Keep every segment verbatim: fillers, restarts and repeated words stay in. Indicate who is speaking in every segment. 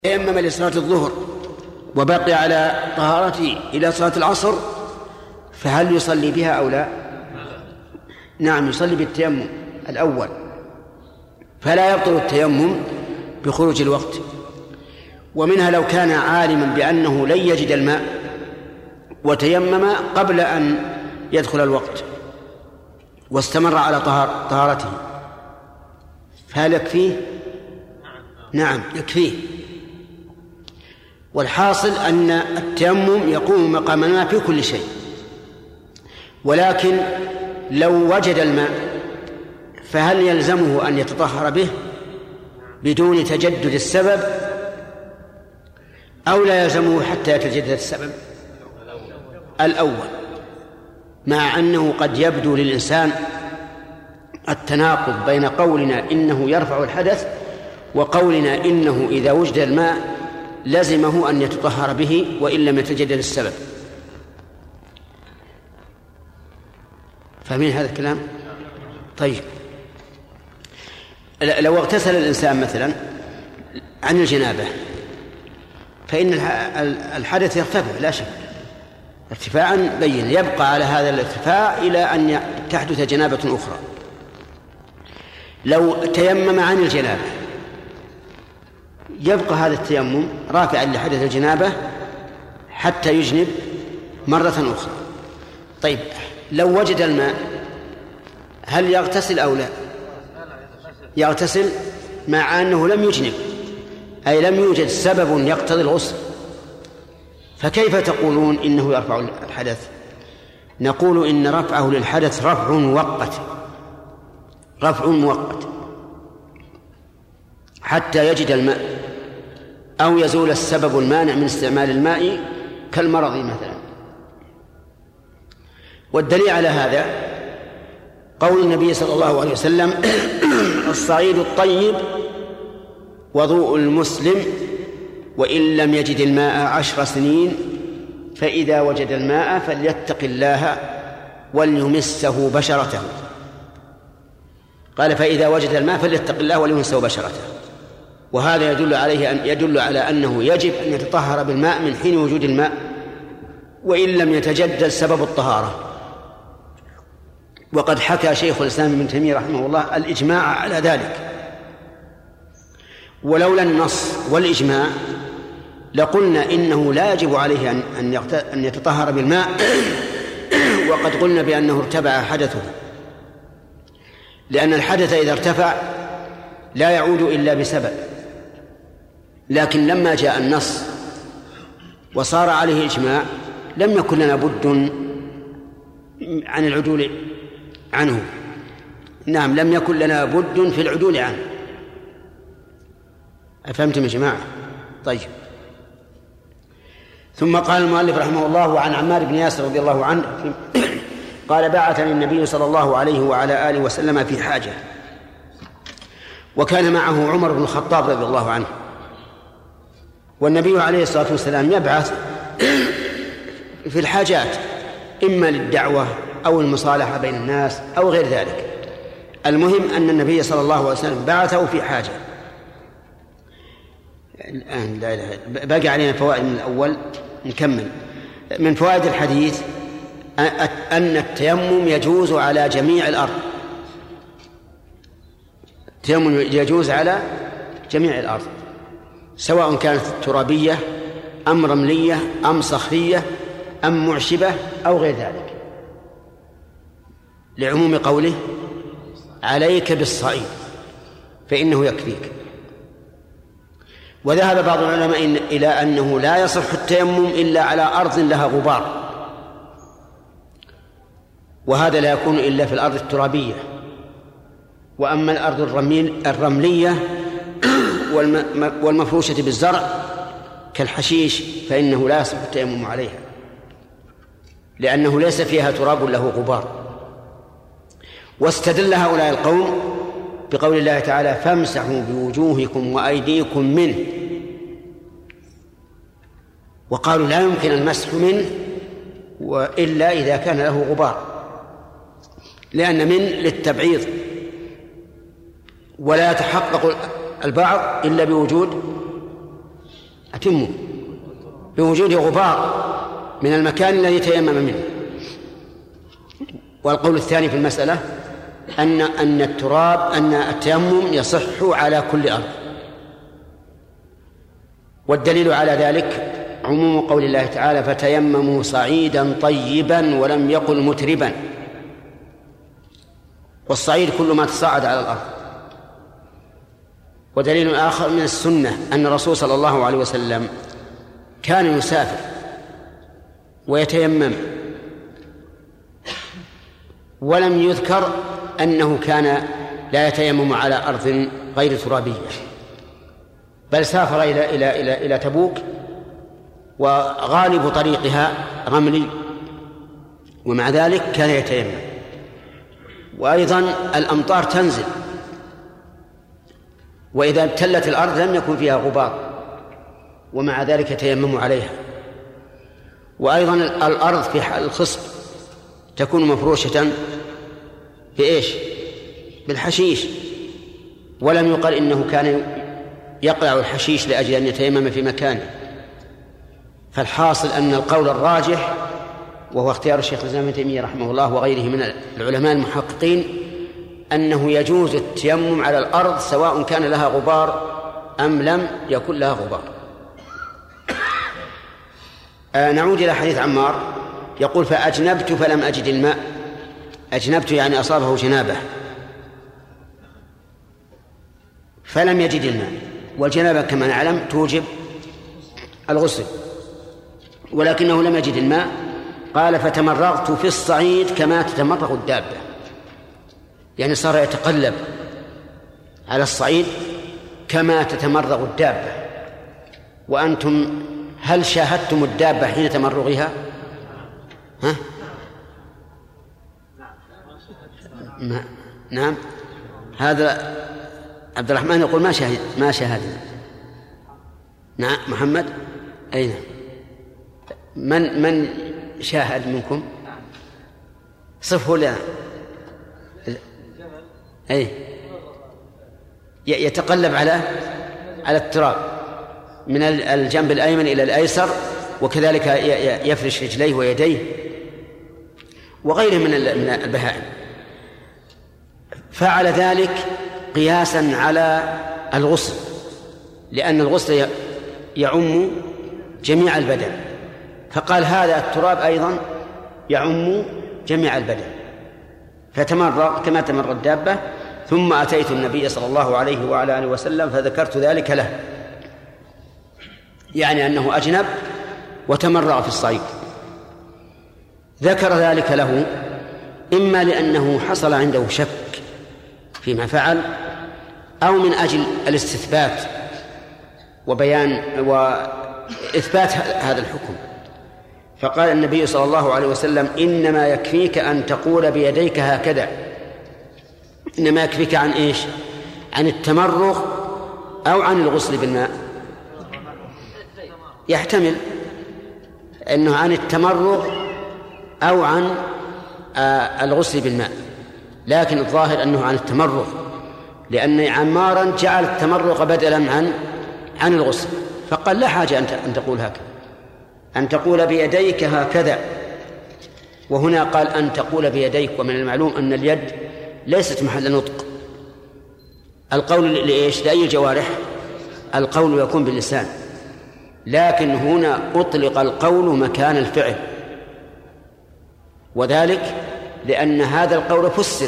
Speaker 1: تيمم لصلاة الظهر وبقي على طهارته إلى صلاة العصر فهل يصلي بها أو لا؟ نعم، يصلي بالتيمم الأول، فلا يبطل التيمم بخروج الوقت. ومنها لو كان عالما بأنه لن يجد الماء وتيمم قبل أن يدخل الوقت واستمر على طهار طهارته فهل يكفيه؟ نعم يكفيه. والحاصل أن التيمم يقوم مقام الماء في كل شيء، ولكن لو وجد الماء فهل يلزمه أن يتطهر به بدون تجدد السبب أو لا يلزمه حتى يتجدد السبب؟ الأول، مع أنه قد يبدو للإنسان التناقض بين قولنا إنه يرفع الحدث وقولنا إنه إذا وجد الماء لزمه أن يتطهر به وإن لم يتجدد السبب. فاهمين هذا الكلام؟ طيب، لو اغتسل الإنسان مثلا عن الجنابة فإن الحدث يرتفع لا شك ارتفاعا بين، يبقى على هذا الارتفاع إلى أن تحدث جنابة أخرى. لو تيمم عن الجنابة يبقى هذا التيمم رافعا لحدث الجنابة حتى يجنب مرة أخرى. طيب، لو وجد الماء هل يغتسل أو لا؟ يغتسل مع أنه لم يجنب، أي لم يوجد سبب يقتضي الغسل. فكيف تقولون إنه يرفع الحدث؟ نقول إن رفعه للحدث رفع مؤقت، رفع مؤقت حتى يجد الماء أو يزول السبب المانع من استعمال الماء كالمرض مثلا. والدليل على هذا قول النبي صلى الله عليه وسلم: الصعيد الطيب وضوء المسلم وإن لم يجد الماء عشر سنين فإذا وجد الماء فليتق الله وليمسه بشرته. قال: فإذا وجد الماء فليتق الله وليمسه بشرته. وهذا يدل عليه أن يدل على أنه يجب أن يتطهر بالماء من حين وجود الماء وإن لم يتجدد سبب الطهارة. وقد حكى شيخ الإسلام ابن تيمية رحمه الله الإجماع على ذلك. ولولا النص والإجماع لقلنا إنه لا يجب عليه أن يتطهر بالماء وقد قلنا بأنه ارتفع حدثه، لأن الحدث إذا ارتفع لا يعود إلا بسبب. لكن لما جاء النص وصار عليه إجماع لم يكن لنا بد عن العدول عنه. نعم، لم يكن لنا بد في العدول عنه. أفهمتم يا جماعة؟ طيب. ثم قال المؤلف رحمه الله عن عمار بن ياسر رضي الله عنه قال: بعثني النبي صلى الله عليه وعلى آله وسلم في حاجة، وكان معه عمر بن الخطاب رضي الله عنه. والنبي عليه الصلاة والسلام يبعث في الحاجات إما للدعوة أو المصالحة بين الناس أو غير ذلك. المهم أن النبي صلى الله عليه وسلم بعثه في حاجة. الآن لا إله باقي علينا فوائد من الأول نكمل. من فوائد الحديث أن التيمم يجوز على جميع الأرض. التيمم يجوز على جميع الأرض سواء كانت ترابية أم رملية أم صخرية أم معشبة أو غير ذلك، لعموم قوله: عليك بالصعيد فإنه يكفيك. وذهب بعض العلماء إلى أنه لا يصح التيمم إلا على أرض لها غبار، وهذا لا يكون إلا في الأرض الترابية. وأما الأرض الرملية والمفروشة بالزرع كالحشيش فإنه لا يصح التيمم عليها لأنه ليس فيها تراب له غبار. واستدل هؤلاء القوم بقول الله تعالى: فامسحوا بوجوهكم وأيديكم منه، وقالوا لا يمكن المسح منه وإلا إذا كان له غبار، لأن من للتبعيض ولا يتحقق البعض إلا بوجود أتموا بوجود غبار من المكان الذي تيمم منه. والقول الثاني في المسألة أن أن التراب أن التيمم يصح على كل أرض، والدليل على ذلك عموم قول الله تعالى فتيمموا صعيدا طيبا ولم يقل متربا، والصعيد كل ما تصاعد على الأرض. ودليل آخر من السنة أن الرسول صلى الله عليه وسلم كان يسافر ويتيمم، ولم يذكر أنه كان لا يتيمم على أرض غير ترابية، بل سافر إلى إلى إلى إلى تبوك وغالب طريقها رملي، ومع ذلك كان يتيمم. وأيضا الأمطار تنزل، وإذا ابتلت الأرض لم يكن فيها غبار، ومع ذلك يتيمم عليها. وأيضا الأرض في حال الخصب تكون مفروشة بإيش؟ بالحشيش، ولم يقل إنه كان يقلع الحشيش لأجل أن يتيمم في مكانه. فالحاصل أن القول الراجح، وهو اختيار الشيخ الإسلام ابن تيمية رحمه الله وغيره من العلماء المحققين، أنه يجوز التيمم على الأرض سواء كان لها غبار أم لم يكن لها غبار. آه نعود إلى حديث عمار، يقول فأجنبت فلم أجد الماء. أجنبت يعني أصابه جنابة فلم يجد الماء، والجنابة كما نعلم توجب الغسل، ولكنه لم يجد الماء. قال فتمرغت في الصعيد كما تتمرغ الدابة، يعني صار يتقلب على الصعيد كما تتمرغ الدابة. وأنتم هل شاهدتم الدابة حين تمرغها؟ ها؟ ما. نعم، هذا عبد الرحمن يقول ما شاهد ما شاهدنا. نعم محمد أين من من شاهد منكم؟ صفه لنا. أي يتقلب على على التراب من الجنب الأيمن إلى الأيسر، وكذلك يفرش رجليه ويديه وغيره من البهائم. فعل ذلك قياسا على الغسل، لأن الغسل يعم جميع البدن، فقال هذا التراب أيضا يعم جميع البدن، فتمرغ كما تمر الدابة. ثم أتيت النبي صلى الله عليه وعلى آله وسلم فذكرت ذلك له، يعني أنه أجنب وتمرغ في الصعيد. ذكر ذلك له إما لأنه حصل عنده شك فيما فعل، أو من أجل الاستثبات وبيان وإثبات هذا الحكم. فقال النبي صلى الله عليه وسلم إنما يكفيك أن تقول بيديك هكذا. إنما يكفيك عن إيش؟ عن التمرغ أو عن الغسل بالماء؟ يحتمل أنه عن التمرغ أو عن آه الغسل بالماء، لكن الظاهر أنه عن التمرغ، لأن عمارا جعل التمرغ بدلا عن عن الغسل، فقال لا حاجة أن تقول هكذا، أن تقول بيديك هكذا. وهنا قال أن تقول بيديك، ومن المعلوم أن اليد ليست محل نطق. القول لإيش؟ لأي الجوارح؟ القول يكون باللسان، لكن هنا أطلق القول مكان الفعل، وذلك لأن هذا القول فسر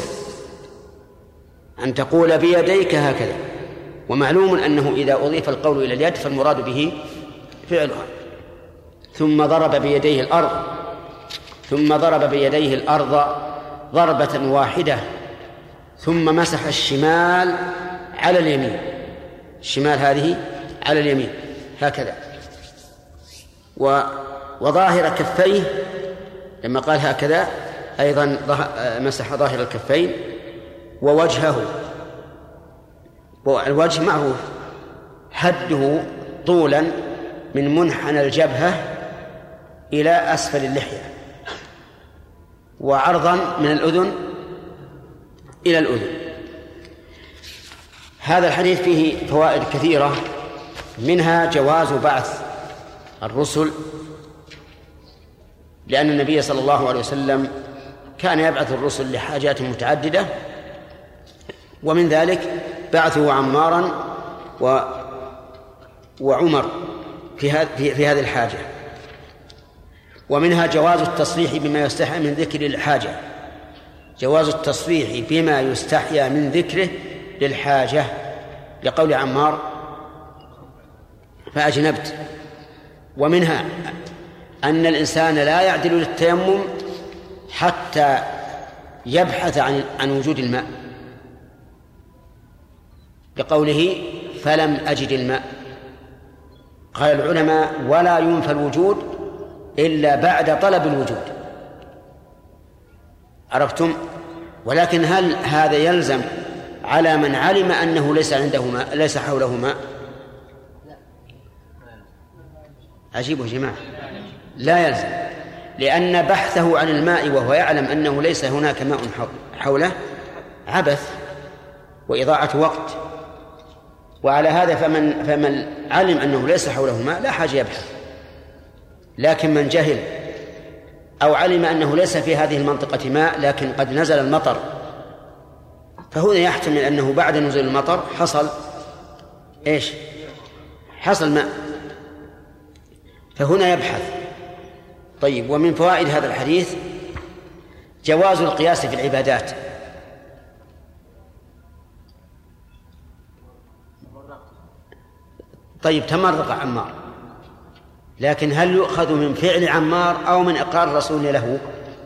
Speaker 1: أن تقول بيديك هكذا، ومعلوم أنه إذا أضيف القول إلى اليد فالمراد به فعلها. ثم ضرب بيديه الأرض ثم ضرب بيديه الأرض ضربة واحدة، ثم مسح الشمال على اليمين، الشمال هذه على اليمين هكذا، وظاهر كفيه لما قال هكذا أيضا مسح ظاهر الكفين ووجهه. والوجه معروف حده طولا من منحنى الجبهة إلى أسفل اللحية، وعرضا من الأذن إلى الأذن. هذا الحديث فيه فوائد كثيرة، منها جواز بعث الرسل، لأن النبي صلى الله عليه وسلم كان يبعث الرسل لحاجات متعددة، ومن ذلك بعثه عمارا و وعمر في هذه في هذه الحاجة. ومنها جواز التصريح بما يستحيا من ذكر الحاجة، جواز التصريح بما يستحيا من ذكره للحاجة، لقول عمار فأجنبت. ومنها أن الإنسان لا يعدل للتيمم حتى يبحث عن عن وجود الماء، لقوله فلم أجد الماء. قال العلماء ولا ينفى الوجود إلا بعد طلب الوجود، عرفتم؟ ولكن هل هذا يلزم على من علم أنه ليس عنده ماء، ليس حوله ماء؟ عجيب يا جماعة، لا يلزم، لأن بحثه عن الماء وهو يعلم أنه ليس هناك ماء حوله عبث وإضاعة وقت. وعلى هذا فمن, فمن علم أنه ليس حوله ماء لا حاجة يبحث. لكن من جهل أو علم أنه ليس في هذه المنطقة ماء لكن قد نزل المطر، فهنا يحتمل أنه بعد نزول المطر حصل إيش؟ حصل ماء، فهنا يبحث. طيب، ومن فوائد هذا الحديث جواز القياس في العبادات. طيب، تمرق عمار، لكن هل يؤخذ من فعل عمار أو من إقرار الرسول له؟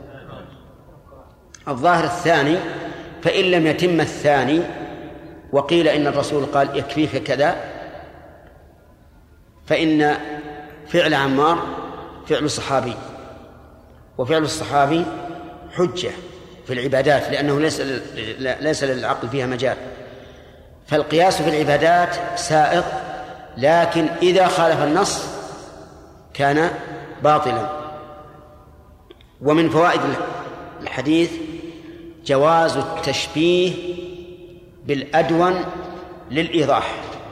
Speaker 1: الظاهر الثاني، فإن لم يتم الثاني وقيل إن الرسول قال يكفيك كذا، فإن فعل عمار فعل صحابي، وفعل الصحابي حجة في العبادات لأنه ليس ليس للعقل فيها مجال. فالقياس في العبادات سائغ، لكن إذا خالف النص كان باطلا. ومن فوائد الحديث جواز التشبيه بالأدون للإيضاح،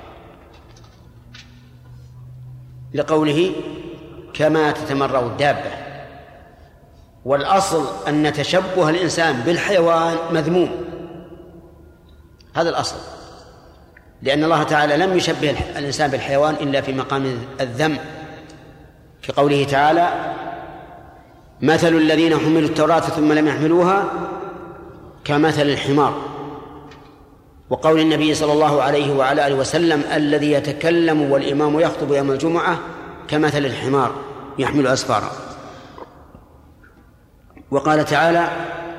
Speaker 1: لقوله كما تتمرغ الدابة. والأصل أن تشبه الإنسان بالحيوان مذموم، هذا الأصل، لأن الله تعالى لم يشبه الإنسان بالحيوان إلا في مقام الذم، في قوله تعالى مثل الذين حملوا التوراة ثم لم يحملوها كمثل الحمار. وقول النبي صلى الله عليه وعلى آله وسلم الذي يتكلم والإمام يخطب يوم الجمعة كمثل الحمار يحمل أسفارا. وقال تعالى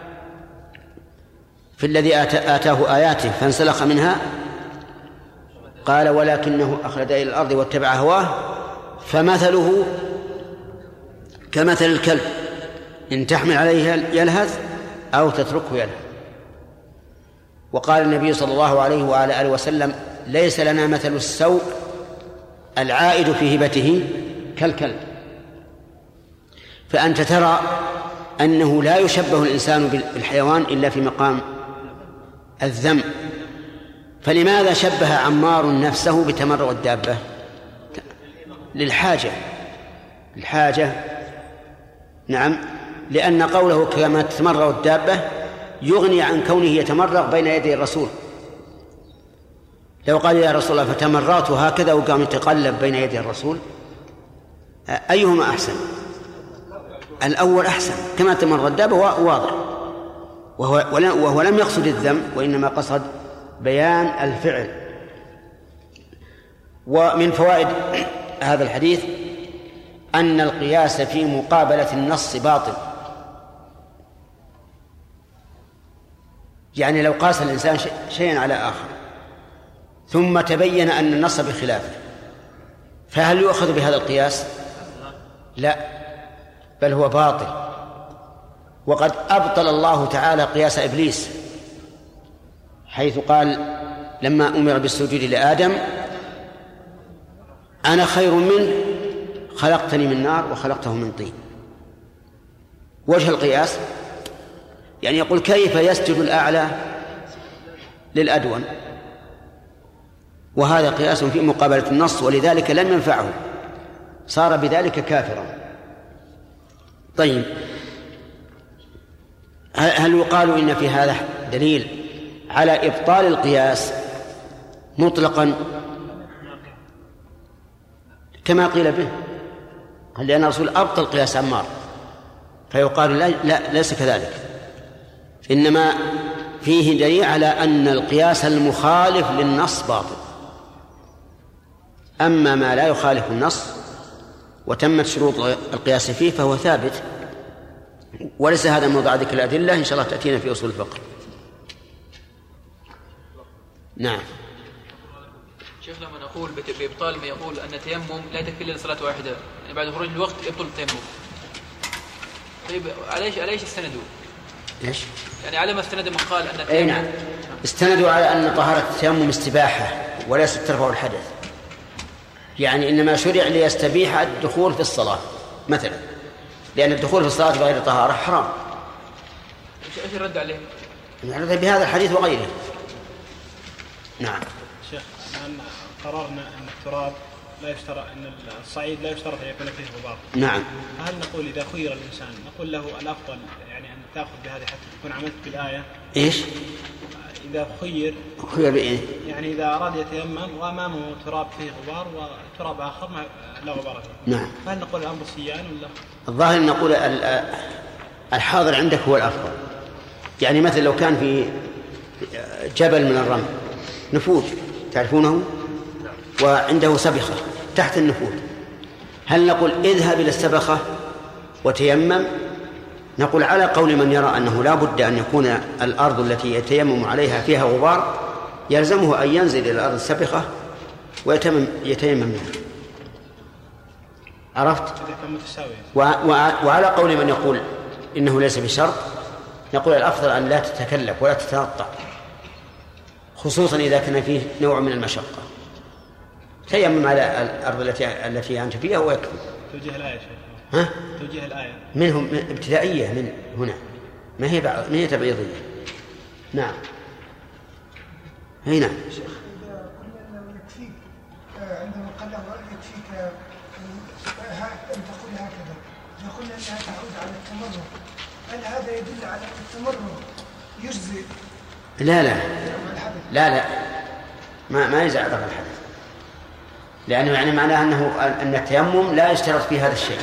Speaker 1: في الذي آتاه آياته فانسلخ منها قال ولكنه أخلد إلى الأرض واتبع هواه فمثله كمثل الكلب إن تحمل عليه يلهث أو تتركه يلهث. وقال النبي صلى الله عليه وعلى آله وسلم ليس لنا مثل السوء العائد في هبته كالكلب. فأنت ترى أنه لا يشبه الإنسان بالحيوان إلا في مقام الذم. فلماذا شبه عمار نفسه بتمرغ الدابة؟ للحاجة، الحاجة نعم، لأن قوله كما تتمرغ الدابة يغني عن كونه يتمرغ بين يدي الرسول. لو قال يا رسول الله فتمرغت هكذا وقام يتقلب بين يدي الرسول أيهما أحسن؟ الأول أحسن، كما تمرغ الدابة واضح، وهو, وهو لم يقصد الذم وإنما قصد بيان الفعل. ومن فوائد هذا الحديث أن القياس في مقابلة النص باطل. يعني لو قاس الإنسان شيئا على آخر ثم تبين أن النص بخلافه فهل يؤخذ بهذا القياس؟ لا، بل هو باطل. وقد أبطل الله تعالى قياس إبليس حيث قال لما أمر بالسجود لآدم أنا خير منه خلقتني من نار وخلقته من طين. وجه القياس يعني يقول كيف يسجد الأعلى للأدون، وهذا قياس في مقابلة النص ولذلك لم ينفعه صار بذلك كافرا. طيب، هل يقال إن في هذا دليل على إبطال القياس مطلقا كما قيل به؟ لأن الرسول أبطل قياس عمار، فيقال لا, لا ليس كذلك، إنما فيه دليل على أن القياس المخالف للنص باطل. أما ما لا يخالف النص وتمت شروط القياس فيه فهو ثابت، وليس هذا موضع ذكر الأدلة، إن شاء الله تأتينا في أصول الفقه. نعم.
Speaker 2: شيخ، لما نقول بإبطال ما يقول أن التيمم لا تكفي إلا صلاة واحدة، يعني بعد خروج الوقت يبطل التيمم. طيب عليش عليش استندوا؟
Speaker 1: ايش؟
Speaker 2: يعني على ما استند من قال أن
Speaker 1: التيمم. نعم، استندوا على أن طهارة التيمم استباحة وليست ترفع الحدث، يعني إنما شرع ليستبيح الدخول في الصلاة مثلا، لأن الدخول في الصلاة بغير طهارة حرام.
Speaker 2: ايش الرد عليه؟
Speaker 1: الرد بهذا الحديث وغيره. نعم.
Speaker 3: شيخ، الآن قررنا أن التراب لا يشترط، أن الصعيد لا يشترط أن يكون فيه غبار.
Speaker 1: نعم.
Speaker 3: هل نقول إذا خير الإنسان نقول له الأفضل يعني أن تأخذ بهذه حتى تكون عملت بالآية؟
Speaker 1: إيش؟
Speaker 3: إذا خير
Speaker 1: خير بإيه؟
Speaker 3: يعني إذا أراد يتيمم وأمامه تراب فيه غبار وتراب آخر ما لا غبار فيه.
Speaker 1: نعم.
Speaker 3: فهل نقول الأمر سيان ولا؟
Speaker 1: الظاهر نقول الحاضر عندك هو الأفضل. يعني مثل لو كان في جبل من الرمل نفوذ تعرفونه وعنده سبخة تحت النفوذ، هل نقول اذهب إلى السبخة وتيمم؟ نقول على قول من يرى أنه لا بد أن يكون الأرض التي يتيمم عليها فيها غبار، يلزمه أن ينزل إلى الأرض السبخة ويتيمم منها. عرفت؟ وعلى قول من يقول إنه ليس بشرط نقول الأفضل أن لا تتكلف ولا تتنطع، خصوصا إذا كان فيه نوع من المشقة. تيمم على الأرض التي التي أنت فيها ويكفي.
Speaker 3: توجيه الآية شيخ.
Speaker 1: ها؟
Speaker 3: توجيه الآية.
Speaker 1: منهم ابتدائية من هنا، ما هي بعض ما هي تبعيضية. نعم. هنا.
Speaker 4: شيخ، إذا قلنا أنه يكفيك عندما قال له يكفيك أن تقول هكذا، إذا قلنا أنها تعود على التمرر، هل هذا يدل على أن التمرر يجزي؟
Speaker 1: لا لا لا لا ما ما يجزي رفع الحدث، لأنه يعني معناه أنه أن التيمم لا يشترط في هذا الشيء،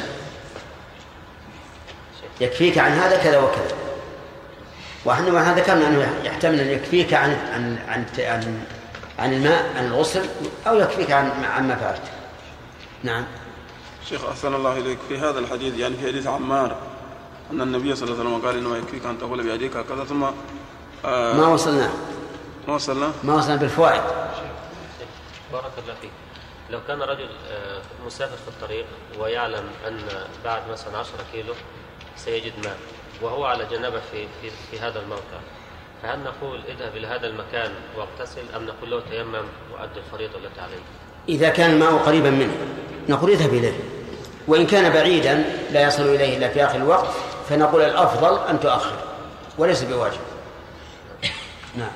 Speaker 1: يكفيك عن هذا كذا وكذا. وإحنا ذكرنا أنه يحتمل أن يكفيك عن عن عن عن, عن الماء عن الغسل، أو يكفيك عن عما فعلت. نعم.
Speaker 5: شيخ أحسن الله إليك، في هذا الحديث يعني في حديث عمار أن النبي صلى الله عليه وسلم قال إنه يكفيك أن تقول بيديك هكذا ثم آه
Speaker 1: ما وصلنا
Speaker 5: ما وصلنا
Speaker 1: ما وصلنا بالفوائد.
Speaker 6: بارك الله فيك. لو كان رجل مسافر في الطريق ويعلم أن بعد مثلا عشرة كيلو سيجد ماء وهو على جنابه في, في, في هذا الموقع، فهل نقول اذهب إلى هذا المكان واغتسل، أم نقول له تيمم وأدي الفريضة التي عليه؟
Speaker 1: إذا كان الماء قريبا منه نقول اذهب إليه، وإن كان بعيدا لا يصل إليه إلا في آخر الوقت فنقول الأفضل أن تؤخر وليس بواجب. نعم.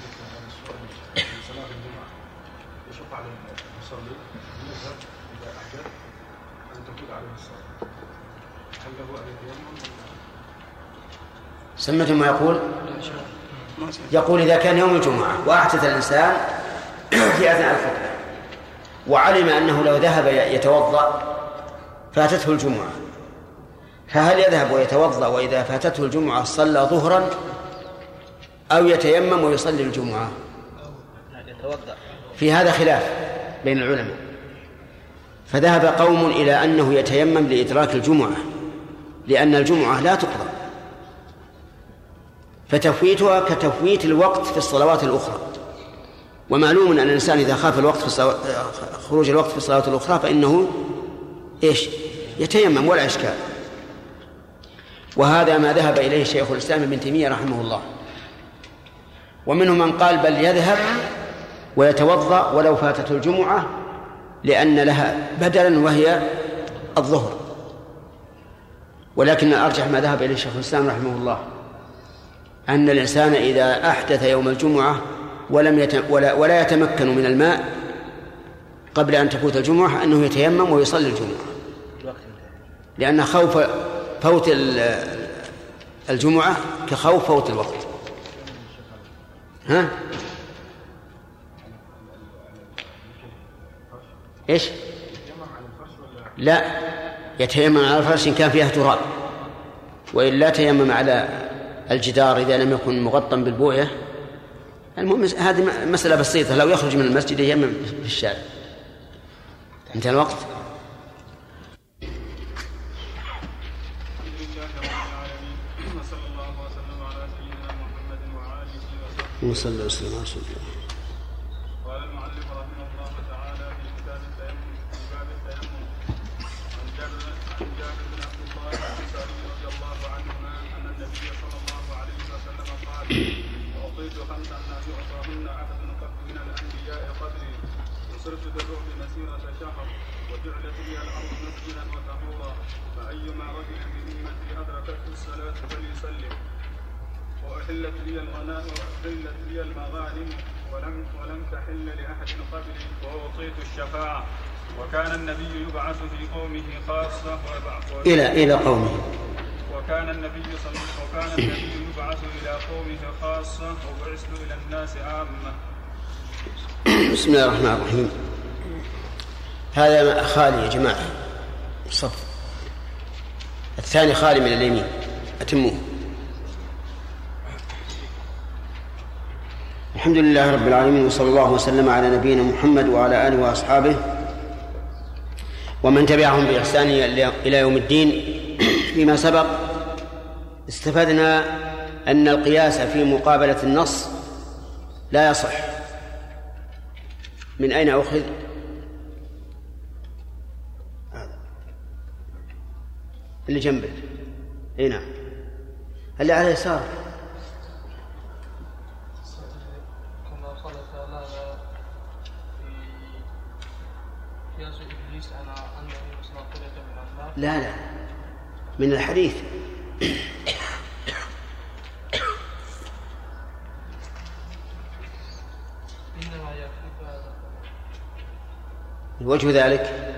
Speaker 1: سمعتم ما يقول؟ يقول إذا كان يوم الجمعة وأحدث الإنسان في أثناء الخطبة وعلم أنه لو ذهب يتوضأ فاتته الجمعة، فهل يذهب ويتوضأ وإذا فاتته الجمعة صلى ظهرا أو يتيمم ويصلي الجمعة؟ في هذا خلاف بين العلماء، فذهب قوم إلى أنه يتيمم لإدراك الجمعة، لأن الجمعة لا تقضى، فتفويتها كتفويت الوقت في الصلوات الأخرى. ومعلوم أن الإنسان إذا خاف الوقت في خروج الوقت في الصلوات الأخرى فإنه إيش؟ يتيمم ولا إشكال. وهذا ما ذهب إليه شيخ الإسلام ابن تيمية رحمه الله. ومنهم من قال بل يذهب ويتوضأ ولو فاتته الجمعة لأن لها بدلا وهي الظهر. ولكن الأرجح ما ذهب إليه شيخ الإسلام رحمه الله أن الإنسان إذا أحدث يوم الجمعة ولم يتم ولا, ولا يتمكن من الماء قبل أن تفوت الجمعة أنه يتيمم ويصلي الجمعة. لأن خوف فوت الجمعة كخوف فوت الوقت. ها؟ إيش؟ لا، يتيمم على الفرش إن كان فيها تراب، وإلا تيمم على الجدار إذا لم يكن مغطى بالبوية. المهم هذه مسألة بسيطة، لو يخرج من المسجد يتيمم في الشارع. انتهى الوقت. وصلى الله وسلم على رسول الله.
Speaker 5: قال المؤلف رحمه الله تعالى في كتاب التيمم في باب التيمم عن جابر عن جابر بن عبد الله الانصاري رضي الله عنهما ان النبي صلى الله عليه وسلم قال: اعطيت خمسا لا يعطاهن احد قط من الانبياء قبلي، وصرت بالرعب مسيره شهر، وجعلت لي الارض مسجدا وطهورا، فايما رجل بذمتي ادركته الصلاه فليسلم، وأحلت لي الغنائم وأحلت لي المغانم ولم ولم تحل لأحد قبلي، وأعطيت الشفاعة. وكان النبي يبعث في قومه خاصة
Speaker 1: إلى إلى قومه
Speaker 5: وكان النبي صلى وكان النبي يبعث إلى قومه خاصة وبعثت إلى الناس عامة.
Speaker 1: بسم الله الرحمن الرحيم. هذا خالي يا جماعة صف، الثاني خالي من اليمين، أتموه. الحمد لله رب العالمين، وصلى الله وسلم على نبينا محمد وعلى آله وأصحابه ومن تبعهم بإحسان إلى يوم الدين. فيما سبق استفدنا أن القياس في مقابلة النص لا يصح. من أين أخذ؟ اللي جنبك. أي نعم، اللي على اليسار. لا لا، من الحديث. وجه ذلك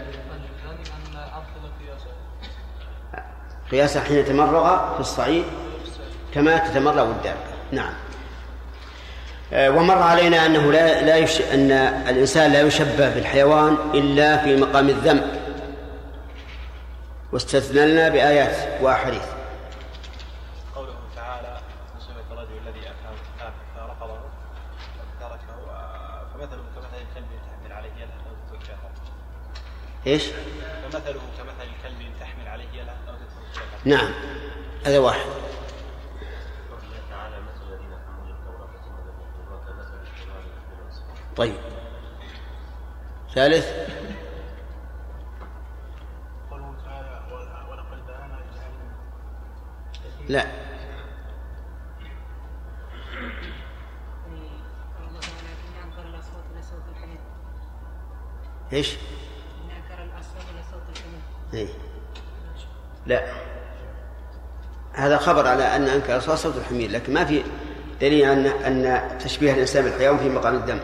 Speaker 1: قياسا حين تمرغ في الصعيد كما تتمرغ الدابة. نعم. ومر علينا أنه لا لا يش... أن الإنسان لا يشبه بالحيوان إلا في مقام الذم، واستثنلنا بآيات وأحاديث.
Speaker 7: قوله تعالى: صفة الرجل الذي أكل فرقضه تركه فمثله كمثل الكلب تحمل عليه يده أو تتركه.
Speaker 1: إيش؟
Speaker 7: فمثله كمثل الكلب تحمل عليه يده أو تتركه.
Speaker 1: نعم، هذا واحد. طيب، ثالث. لا، ايش؟ إيه؟ لا، هذا خبر على أن أنكر الأصوات صوت الحمير، لكن ما في دليل أن أن تشبيه الإنسان بالحيوان في مقام الذم.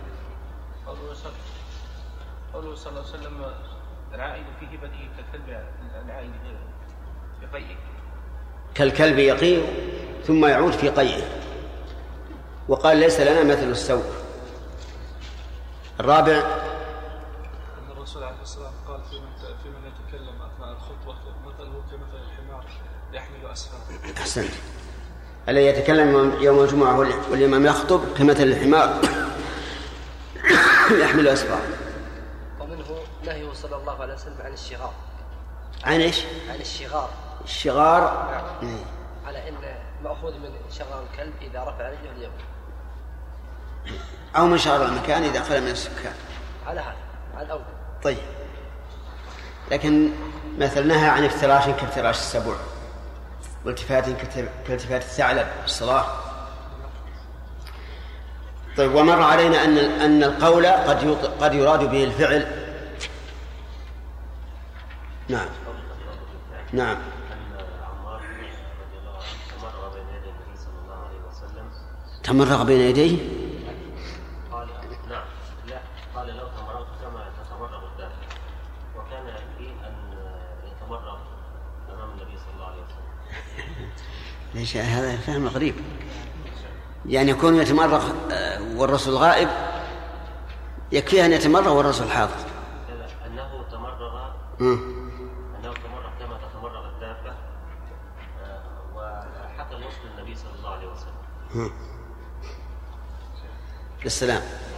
Speaker 7: قوله صلى الله عليه وسلم: العائد في هبته كالكلب العائد في قيئه.
Speaker 1: كالكلب يقيء ثم يعود في قيئه. وقال: ليس لنا مثل السوء. الرابع:
Speaker 8: أن الرسول عليه الصلاة والسلام قال في من يتكلم أثناء الخطبة مثله كمثل الحمار يحمل أسفاره.
Speaker 1: أحسنت. الذي يتكلم يوم الجمعة والإمام يخطب كمثل الحمار يحمل أسفاره.
Speaker 9: ومنه نهيه صلى الله عليه وسلم عن الشغار.
Speaker 1: عن إيش؟
Speaker 9: عن الشغار.
Speaker 1: الشغار.
Speaker 9: نعم. على إن مأخوذ من شغار الكلب إذا رفع رجله اليوم،
Speaker 1: أو من شغار المكان إذا خلى من السكان.
Speaker 9: على هذا على الأول.
Speaker 1: طيب، لكن مثل نهى عن افتراش كافتراش السبوع، والتفات كالتفات الثعلب في الصلاة. طيب، ومر علينا أن أن القول قد قد يراد به الفعل. نعم نعم. تمرغ بين يديه.
Speaker 6: قال نعم، لا، قال لو تمرغت كما تتمرغ الدابة، وكان يكفي أن يتمرغ النبي صلى الله عليه وسلم.
Speaker 1: ليش هذا فهم غريب؟ يعني يكون يتمرغ والرسول غائب يكفيه أن يتمرغ والرسول حاضر.
Speaker 6: أنه تمرغ
Speaker 1: م.
Speaker 6: أنه تمرغ كما تتمرغ الدابة وحكى الوصف للنبي صلى الله عليه وسلم.
Speaker 1: بالسلام.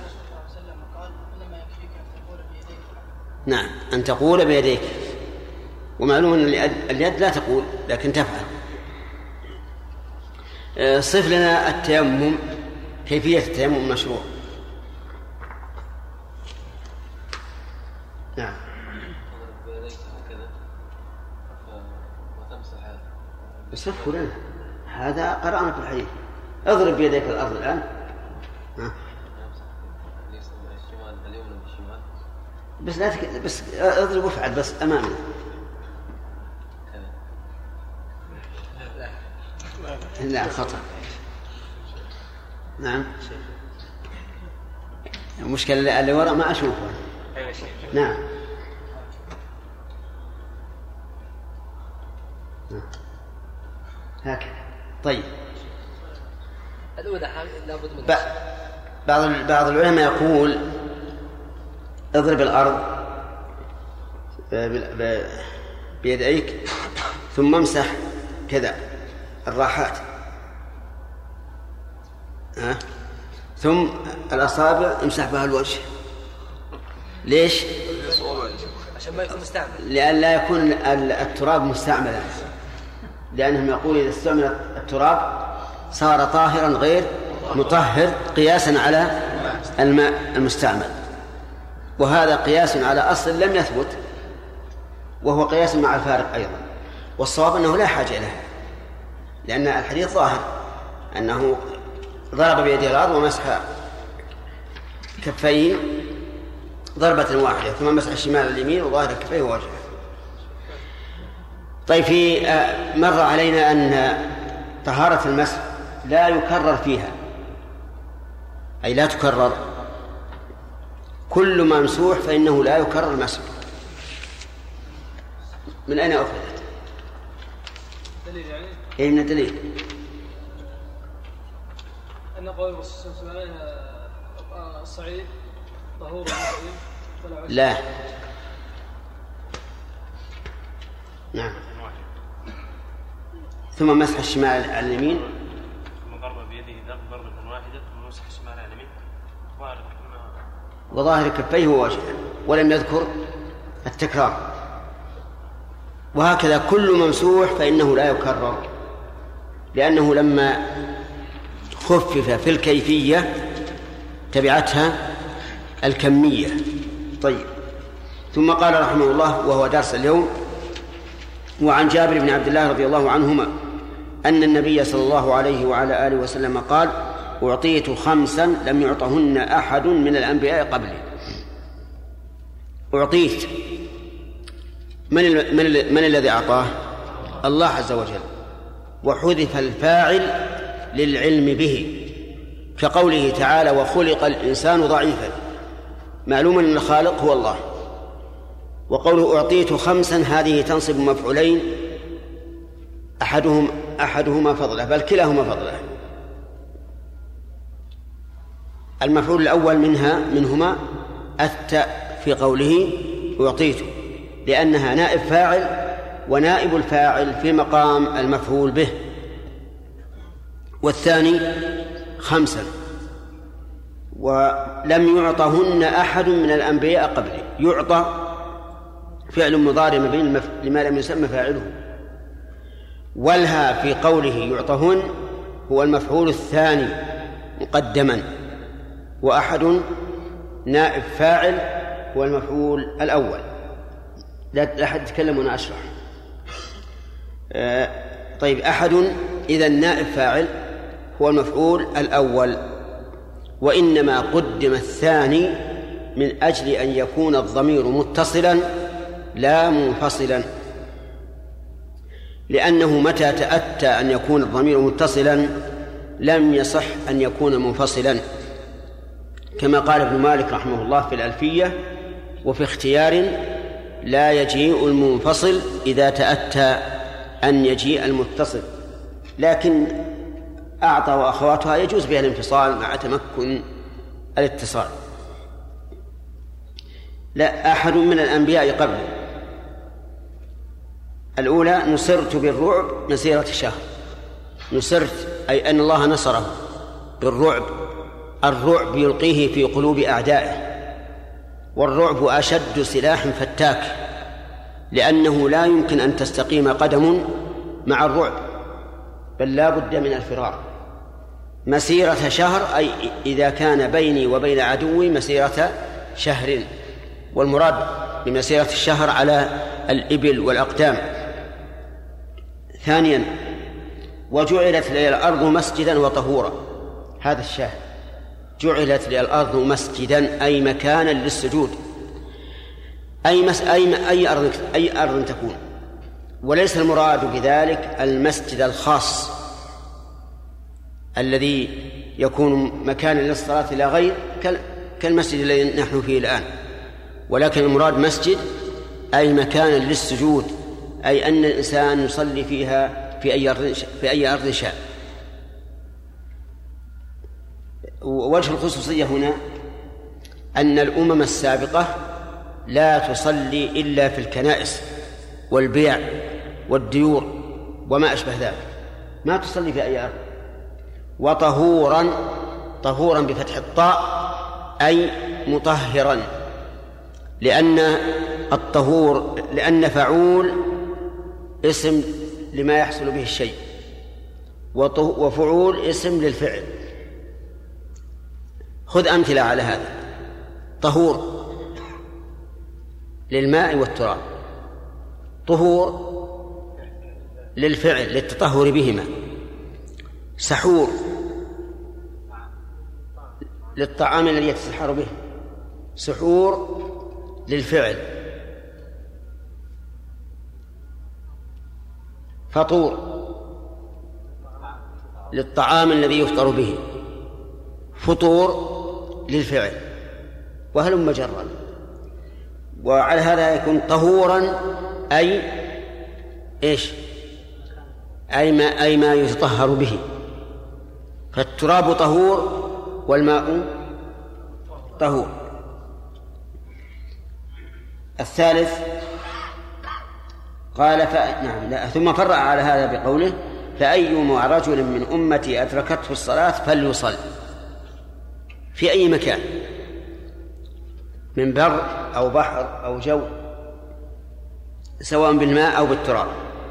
Speaker 1: نعم أن تقول بيديك، ومعلوم أن اليد لا تقول لكن تفعل. صف لنا التيمم، كيفية التيمم المشروع. نعم. صفه لنا، هذا قرأنا في الحديث. اضرب بيديك الأرض الآن. ها. بس لا تك... بس اضرب وافعل بس أمامنا. لا خطأ. نعم. المشكلة اللي وراء ما أشوفه. نعم. هكذا. طيب.
Speaker 9: الأولى لابد من
Speaker 1: بعض بعض العلماء يقول اضرب الأرض بيديك ثم امسح كذا الراحات، ها؟ ثم الأصابع امسح بها الوجه. ليش؟
Speaker 9: عشان ما يكون مستعمل،
Speaker 1: لأن لا يكون التراب مستعملا، لأنهم يقول إذا استعمل التراب صار طاهرا غير مطهر قياسا على الماء المستعمل، وهذا قياس على أصل لم يثبت، وهو قياس مع الفارق أيضا. والصواب أنه لا حاجة له، لأن الحديث ظاهر أنه ضرب بيده الأرض ومسح كفين ضربة واحدة ثم مسح الشمال اليمين وظاهر كفيه ووجهه. طيب، في مر علينا أن طهارة المسح لا يكرر فيها، أي لا تكرر، كل ممسوح فإنه لا يكرر المسح. من أين أخذت؟
Speaker 8: دليل يعني؟
Speaker 1: إيه من الدليل؟
Speaker 8: أن قول الرسول صلى الله عليه وسلم الصعيد طهور
Speaker 1: لا. نعم. ثم مسح الشمال على اليمين
Speaker 6: ثم ضرب بيده ضربة واحدة ثم مسح الشمال على اليمين
Speaker 1: وظاهر كفيه ووجهه، ولم يذكر التكرار. وهكذا كل ممسوح فإنه لا يكرر، لأنه لما خفف في الكيفية تبعتها الكمية. طيب، ثم قال رحمه الله وهو درس اليوم: وعن جابر بن عبد الله رضي الله عنهما أن النبي صلى الله عليه وعلى آله وسلم قال: أعطيت خمسا لم يعطهن أحد من الأنبياء قبلي. أعطيت، من, ال... من, ال... من الذي أعطاه؟ الله عز وجل، وحذف الفاعل للعلم به، كقوله تعالى: وخلق الإنسان ضعيفا، معلوم أن الخالق هو الله. وقوله أعطيت خمسا هذه تنصب مفعولين، أحدهم أحدهما فضله، بل كلاهما فضله. المفعول الأول منها منهما التاء في قوله أعطيت، لأنها نائب فاعل، ونائب الفاعل في مقام المفعول به. والثاني خمسا، ولم يعطهن أحد من الأنبياء قبلي. يعطى فعل مضارع مبين لما لم يسمى فاعله، والها في قوله يعطهن هو المفعول الثاني مقدما، وأحد نائب فاعل هو المفعول الأول. لا أحد يتكلم وأنا أشرح. آه طيب، أحد إذا نائب فاعل هو المفعول الأول، وإنما قدم الثاني من أجل أن يكون الضمير متصلا لا منفصلا، لأنه متى تأتى أن يكون الضمير متصلا لم يصح أن يكون منفصلا، كما قال ابن مالك رحمه الله في الألفية: وفي اختيار لا يجيء المنفصل إذا تأتى أن يجيء المتصل، لكن أعطى وأخواتها يجوز بها الانفصال مع تمكن الاتصال. لا أحد من الأنبياء قبل. الأولى: نصرت بالرعب مسيرة شهر. نصرت أي أن الله نصره بالرعب. الرعب يلقيه في قلوب أعدائه، والرعب أشد سلاح فتاك، لأنه لا يمكن أن تستقيم قدم مع الرعب، بل لا بد من الفرار. مسيرة شهر أي إذا كان بيني وبين عدوي مسيرة شهر، والمراد بمسيرة الشهر على الإبل والأقدام. ثانيا: وجعلت لي الأرض مسجدا وطهورا. هذا الشاهد: جعلت لي الأرض مسجدا أي مكانا للسجود، أي, مس... أي... أي, أرض... أي أرض تكون، وليس المراد بذلك المسجد الخاص الذي يكون مكانا للصلاة لا غير كالمسجد الذي نحن فيه الآن، ولكن المراد مسجد أي مكانا للسجود، أي أن الإنسان يصلي فيها في أي أرض في أي أرض شاء. ووجه الخصوصية هنا أن الأمم السابقة لا تصلي إلا في الكنائس والبيع والديور وما أشبه ذلك، ما تصلي في أي أرض. وطهورا، طهورا بفتح الطاء أي مطهرا، لأن الطهور لأن فعول اسم لما يحصل به الشيء، وفعول اسم للفعل. خذ أمثلة على هذا: طهور للماء والتراب، طهور للفعل للتطهر بهما، سحور للطعام الذي يتسحر به، سحور للفعل، فطور للطعام الذي يفطر به، فطور للفعل، وهلم جرا. وعلى هذا يكون طهورا أي إيش؟ أي ما, أي ما يتطهر به. فالتراب طهور والماء طهور. الثالث قال ف... نعم لا. ثم فرع على هذا بقوله: فأيما رجل من أمتي أدركته الصلاة فليصل في أي مكان من بر أو بحر أو جو، سواء بالماء أو بالتراب.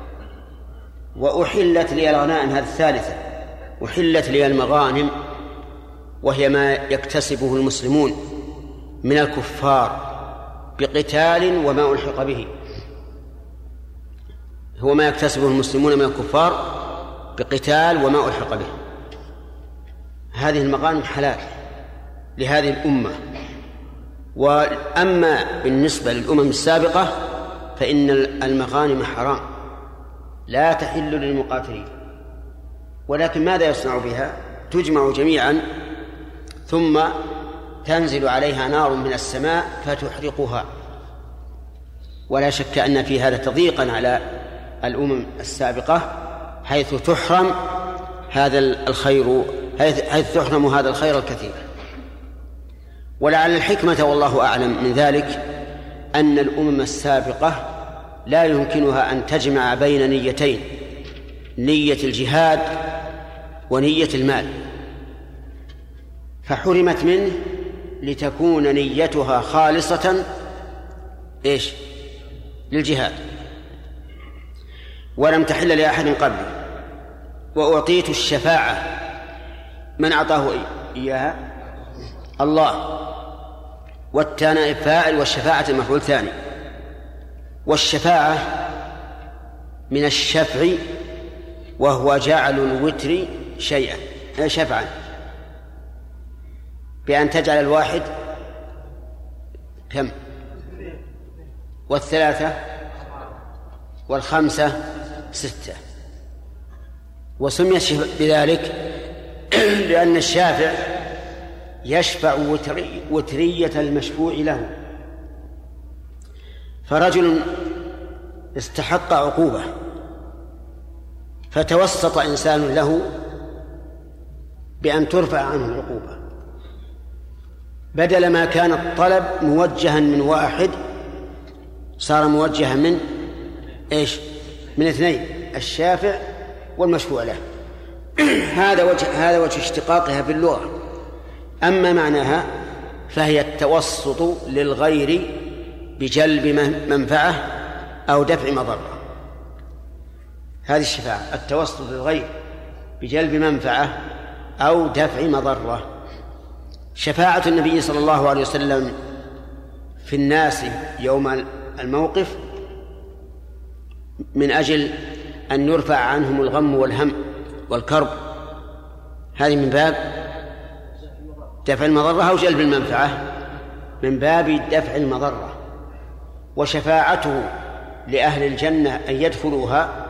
Speaker 1: وأحلت لي الغنائم، هذه الثالثة: أحلت لي المغانم، وهي ما يكتسبه المسلمون من الكفار بقتال وما ألحق به. هو ما يكتسبه المسلمون من الكفار بقتال وما ألحق به. هذه المغانم حلال لهذه الأمة. وأما بالنسبة للأمم السابقة فإن المغانم حرام لا تحل للمقاتلين، ولكن ماذا يصنع بها؟ تجمع جميعا ثم تنزل عليها نار من السماء فتحرقها. ولا شك أن في هذا تضييقا على الأمم السابقة، حيث تحرم هذا الخير حيث تحرم هذا الخير الكثير. ولعل الحكمة والله أعلم من ذلك أن الأمم السابقة لا يمكنها أن تجمع بين نيتين: نية الجهاد ونية المال، فحرمت منه لتكون نيتها خالصة إيش؟ للجهاد. ولم تحل لأحد قبلي. وأعطيت الشفاعة، من أعطاه إياها؟ الله. والتانى فاعل، والشفاعة مفعول ثاني. والشفاعة من الشفع، وهو جعل الوتر شيئا شفعا، بأن تجعل الواحد كم؟ والثلاثة والخمسة ستة. وسمي بذلك لأن الشافع يشفع وتري وترية المشفوع له. فرجل استحق عقوبة فتوسط إنسان له بأن ترفع عنه العقوبة، بدل ما كان الطلب موجها من واحد صار موجها من إيش؟ من اثنين، الشافع والمشفوع له. هذا وجه هذا وجه اشتقاقها في اللغة. أما معناها فهي التوسط للغير بجلب منفعة أو دفع مضرة. هذه الشفاعة، التوسط للغير بجلب منفعة أو دفع مضرة. شفاعة النبي صلى الله عليه وسلم في الناس يوم الموقف من أجل أن يرفع عنهم الغم والهم والكرب، هذه من باب دفع المضرة أو جلب المنفعة، من باب دفع المضرة. وشفاعته لأهل الجنة أن يدخلوها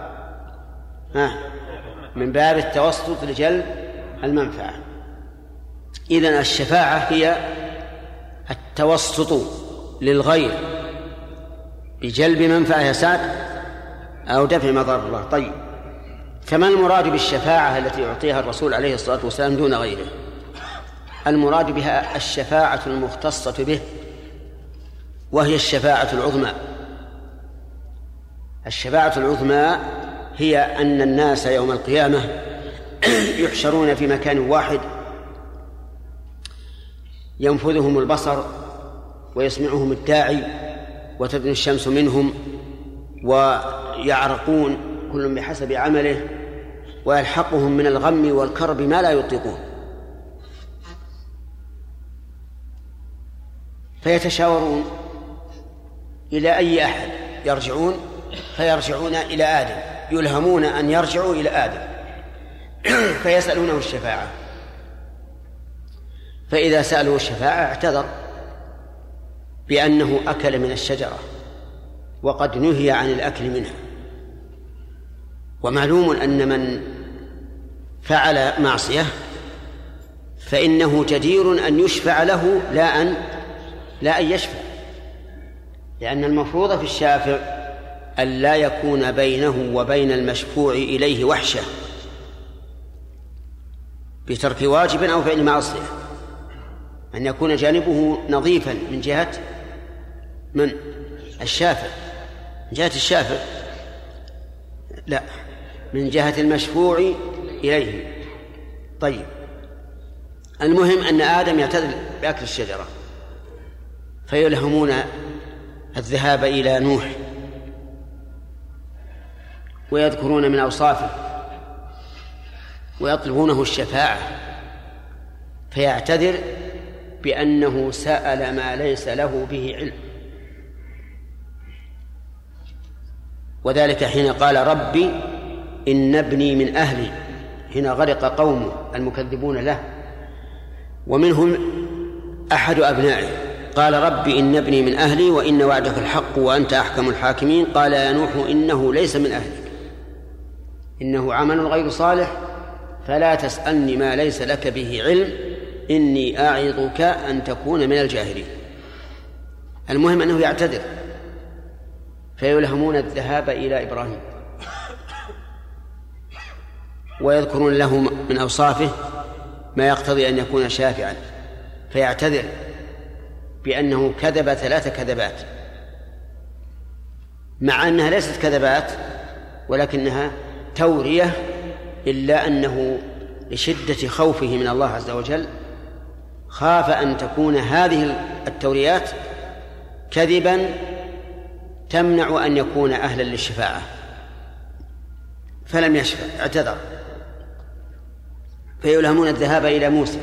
Speaker 1: من باب التوسط لجلب المنفعة. إذن الشفاعة هي التوسط للغير بجلب منفعة يا سعد أو دفع مضرة. طيب، فما المراد بالشفاعة التي يعطيها الرسول عليه الصلاة والسلام دون غيره؟ المراد بها الشفاعة المختصة به، وهي الشفاعة العظمى. الشفاعة العظمى هي أن الناس يوم القيامة يحشرون في مكان واحد ينفذهم البصر ويسمعهم الداعي وتدنو الشمس منهم ويعرقون كل بحسب عمله، ويلحقهم من الغم والكرب ما لا يطيقون، فيتشاورون إلى أي أحد يرجعون، فيرجعون إلى آدم، يلهمون أن يرجعوا إلى آدم فيسألونه الشفاعة. فإذا سألوا الشفاعة اعتذر بأنه أكل من الشجرة وقد نهي عن الأكل منها. ومعلوم أن من فعل معصية فإنه جدير أن يشفع له لا أن لا أن يشفع، لأن المفروض في الشافع أن لا يكون بينه وبين المشفوع إليه وحشة بترك واجب أو فعل معصية، أن يكون جانبه نظيفا من جهة من الشافع، من جهة الشافع لا، من جهة المشفوع إليه. طيب، المهم أن آدم يعتذر بأكل الشجرة، فيلهمون الذهاب إلى نوح ويذكرون من أوصافه ويطلبونه الشفاعة، فيعتذر بأنه سأل ما ليس له به علم. وذلك حين قال ربي إن ابني من أهلي، حين غرق قومه المكذبون له ومنهم أحد أبنائه، قال ربي إن ابني من أهلي وإن وعدك الحق وأنت أحكم الحاكمين. قال يا نوح إنه ليس من أهلك، إنه عمل غير صالح فلا تسألني ما ليس لك به علم إني أعظك أن تكون من الجاهلين. المهم أنه يعتذر، فيلهمون الذهاب إلى إبراهيم ويذكرون له من أوصافه ما يقتضي أن يكون شافعا، فيعتذر بأنه كذب ثلاث كذبات، مع أنها ليست كذبات ولكنها تورية، إلا أنه لشدة خوفه من الله عز وجل خاف أن تكون هذه التوريات كذبا تمنع أن يكون أهلا للشفاعة، فلم يشفع، اعتذر. فيلهمون الذهاب إلى موسى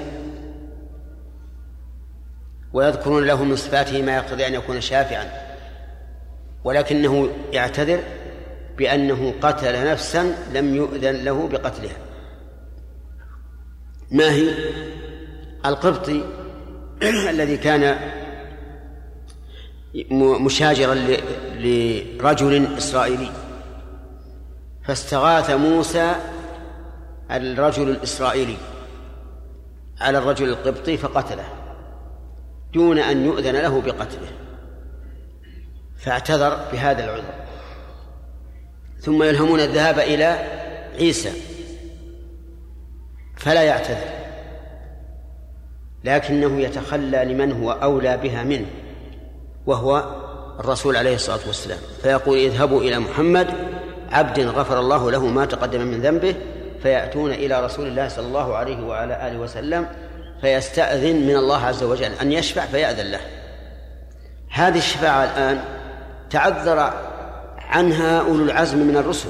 Speaker 1: ويذكرون له من صفاته ما يقتضي أن يكون شافعا، ولكنه يعتذر بأنه قتل نفسا لم يؤذن له بقتلها. ما هي؟ القبطي الذي كان مشاجرا لرجل إسرائيلي، فاستغاث موسى الرجل الإسرائيلي على الرجل القبطي فقتله دون أن يؤذن له بقتله، فاعتذر بهذا العذر. ثم يلهمون الذهاب إلى عيسى فلا يعتذر، لكنه يتخلى لمن هو أولى بها منه وهو الرسول عليه الصلاة والسلام، فيقول اذهبوا إلى محمد عبد غفر الله له ما تقدم من ذنبه، فيأتون إلى رسول الله صلى الله عليه وعلى آله وسلم فيستأذن من الله عز وجل أن يشفع فيأذن له. هذه الشفاعة الآن تعذر عنها أولو العزم من الرسل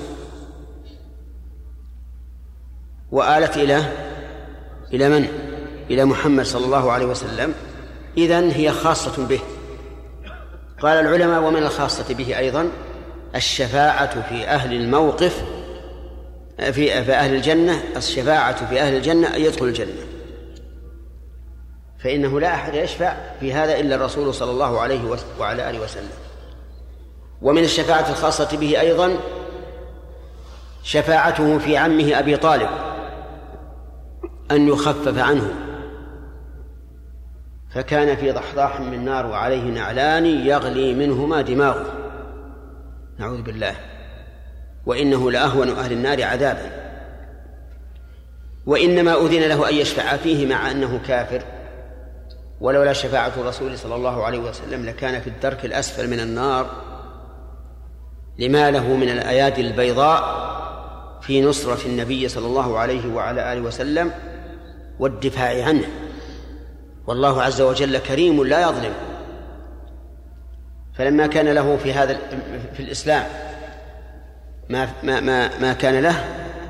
Speaker 1: وآلت إلى إلى من؟ إلى محمد صلى الله عليه وسلم، إذن هي خاصة به. قال العلماء ومن الخاصة به أيضا الشفاعة في أهل الموقف في, في أهل الجنة، الشفاعة في أهل الجنة أن يدخل الجنة، فإنه لا أحد يشفع في هذا إلا الرسول صلى الله عليه وعلى آله وسلم. ومن الشفاعة الخاصة به أيضا شفاعته في عمه أبي طالب أن يخفف عنه، فكان في ضحضاح من نار وعليه نعلان يغلي منهما دماغه، نعوذ بالله، وإنه لأهون أهل النار عذابا، وإنما أذن له أن يشفع فيه مع أنه كافر، ولولا شفاعة الرسول صلى الله عليه وسلم لكان في الدرك الأسفل من النار، لما له من الآيات البيضاء في نصرة النبي صلى الله عليه وعلى آله وسلم والدفاع عنه، والله عز وجل كريم لا يظلم. فلما كان له في هذا في الإسلام ما ما ما, ما كان له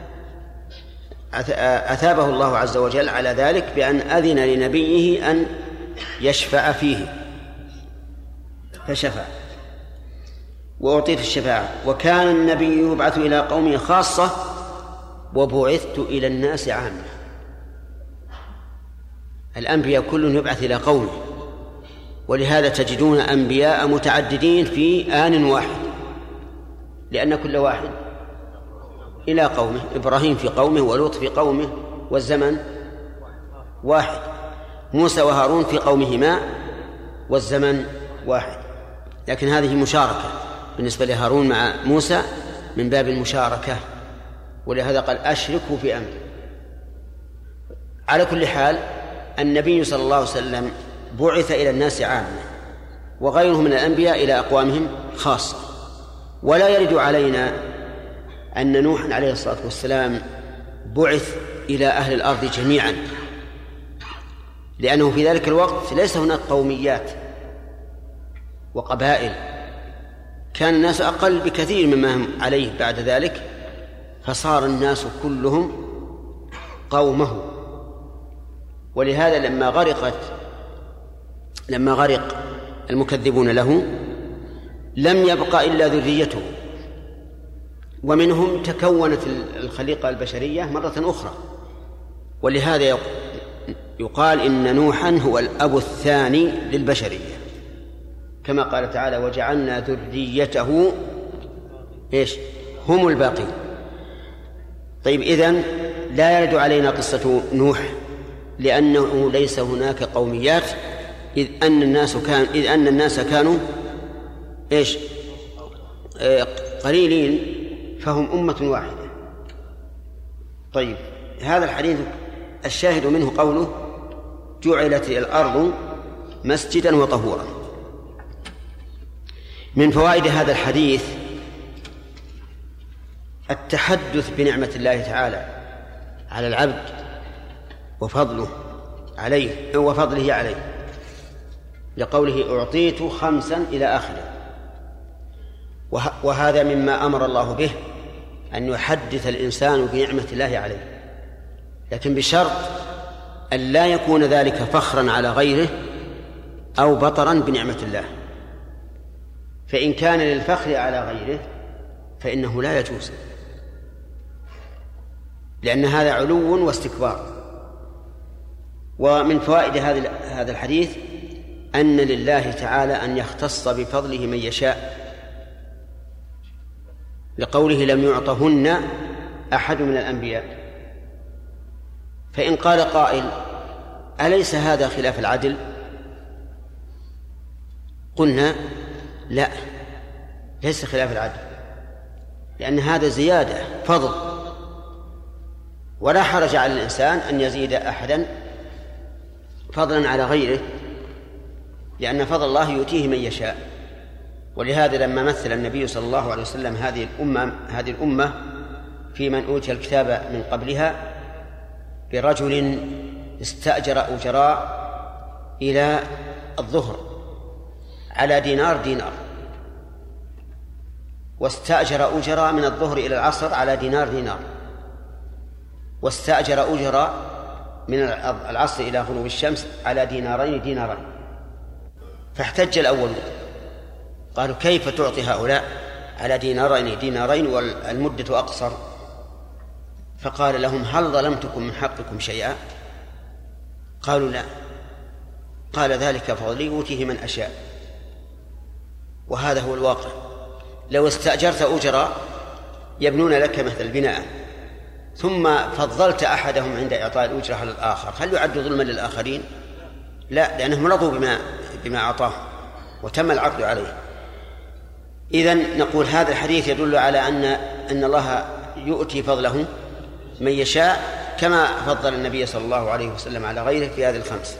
Speaker 1: أثابه الله عز وجل على ذلك بأن أذن لنبيه أن يشفع فيه فشفع وأعطيت الشفاعة. وكان النبي يبعث إلى قومه خاصة وبعثت إلى الناس عامة. الأنبياء كل يبعث إلى قومه، ولهذا تجدون أنبياء متعددين في آن واحد، لأن كل واحد إلى قومه، إبراهيم في قومه ولوط في قومه والزمن واحد، موسى وهارون في قومهما والزمن واحد، لكن هذه مشاركة بالنسبة لهارون مع موسى من باب المشاركة، ولهذا قال أشركوا في أمري. على كل حال النبي صلى الله عليه وسلم بعث إلى الناس عامة، وغيره من الأنبياء إلى أقوامهم خاصة. ولا يرد علينا أن نوح عليه الصلاة والسلام بعث إلى أهل الأرض جميعا، لأنه في ذلك الوقت ليس هناك قوميات وقبائل، كان الناس أقل بكثير مما هم عليه بعد ذلك، فصار الناس كلهم قومه. ولهذا لما غرقت لما غرق المكذبون له لم يبقى إلا ذريته، ومنهم تكونت الخليقة البشرية مرة أخرى. ولهذا يقال إن نوحا هو الأب الثاني للبشرية، كما قال تعالى وجعلنا ذريته إيش هم الباقين. طيب، إذن لا يرد علينا قصة نوح، لأنه ليس هناك قوميات، إذ أن الناس كان إذ أن الناس كانوا إيش آه قليلين، فهم أمة واحدة. طيب، هذا الحديث الشاهد منه قوله جعلت الأرض مسجدا وطهورا. من فوائد هذا الحديث التحدث بنعمة الله تعالى على العبد وفضله عليه وفضله عليه، لقوله أعطيت خمسا إلى آخره. وهذا مما أمر الله به أن يحدث الإنسان بنعمة الله عليه، لكن بشرط أن لا يكون ذلك فخرا على غيره أو بطرا بنعمة الله. فإن كان للفخر على غيره فإنه لا يجوز، لأن هذا علو واستكبار. ومن فوائد هذا الحديث أن لله تعالى أن يختص بفضله من يشاء، لقوله لم يعطهن أحد من الأنبياء. فإن قال قائل أليس هذا خلاف العدل؟ قلنا لا، ليس خلاف العدل، لأن هذا زيادة فضل ولا حرج على الإنسان أن يزيد أحدا فضلا على غيره، لأن فضل الله يؤتيه من يشاء. ولهذا لما مثل النبي صلى الله عليه وسلم هذه الأمة هذه الأمة في من أوتي الكتاب من قبلها برجل استأجر أجراء إلى الظهر على دينار دينار، واستأجر أجراء من الظهر إلى العصر على دينار دينار، واستأجر أجراء من العصر إلى غروب الشمس على دينارين دينارين. فاحتج الأولون قالوا كيف تعطي هؤلاء على دينارين دينارين والمدة أقصر؟ فقال لهم هل ظلمتكم من حقكم شيئا؟ قالوا لا. قال ذلك فضلي أوتيه من أشاء. وهذا هو الواقع. لو استأجرت أجراء يبنون لك مثل بناء ثم فضلت أحدهم عند إعطاء الأجرة على الآخر، هل يعد ظلما للآخرين؟ لا، لأنهم رضوا بما, بما أعطاه وتم العقد عليه. إذن نقول هذا الحديث يدل على أن أن الله يؤتي فضله من يشاء كما فضل النبي صلى الله عليه وسلم على غيره في هذه الخمس.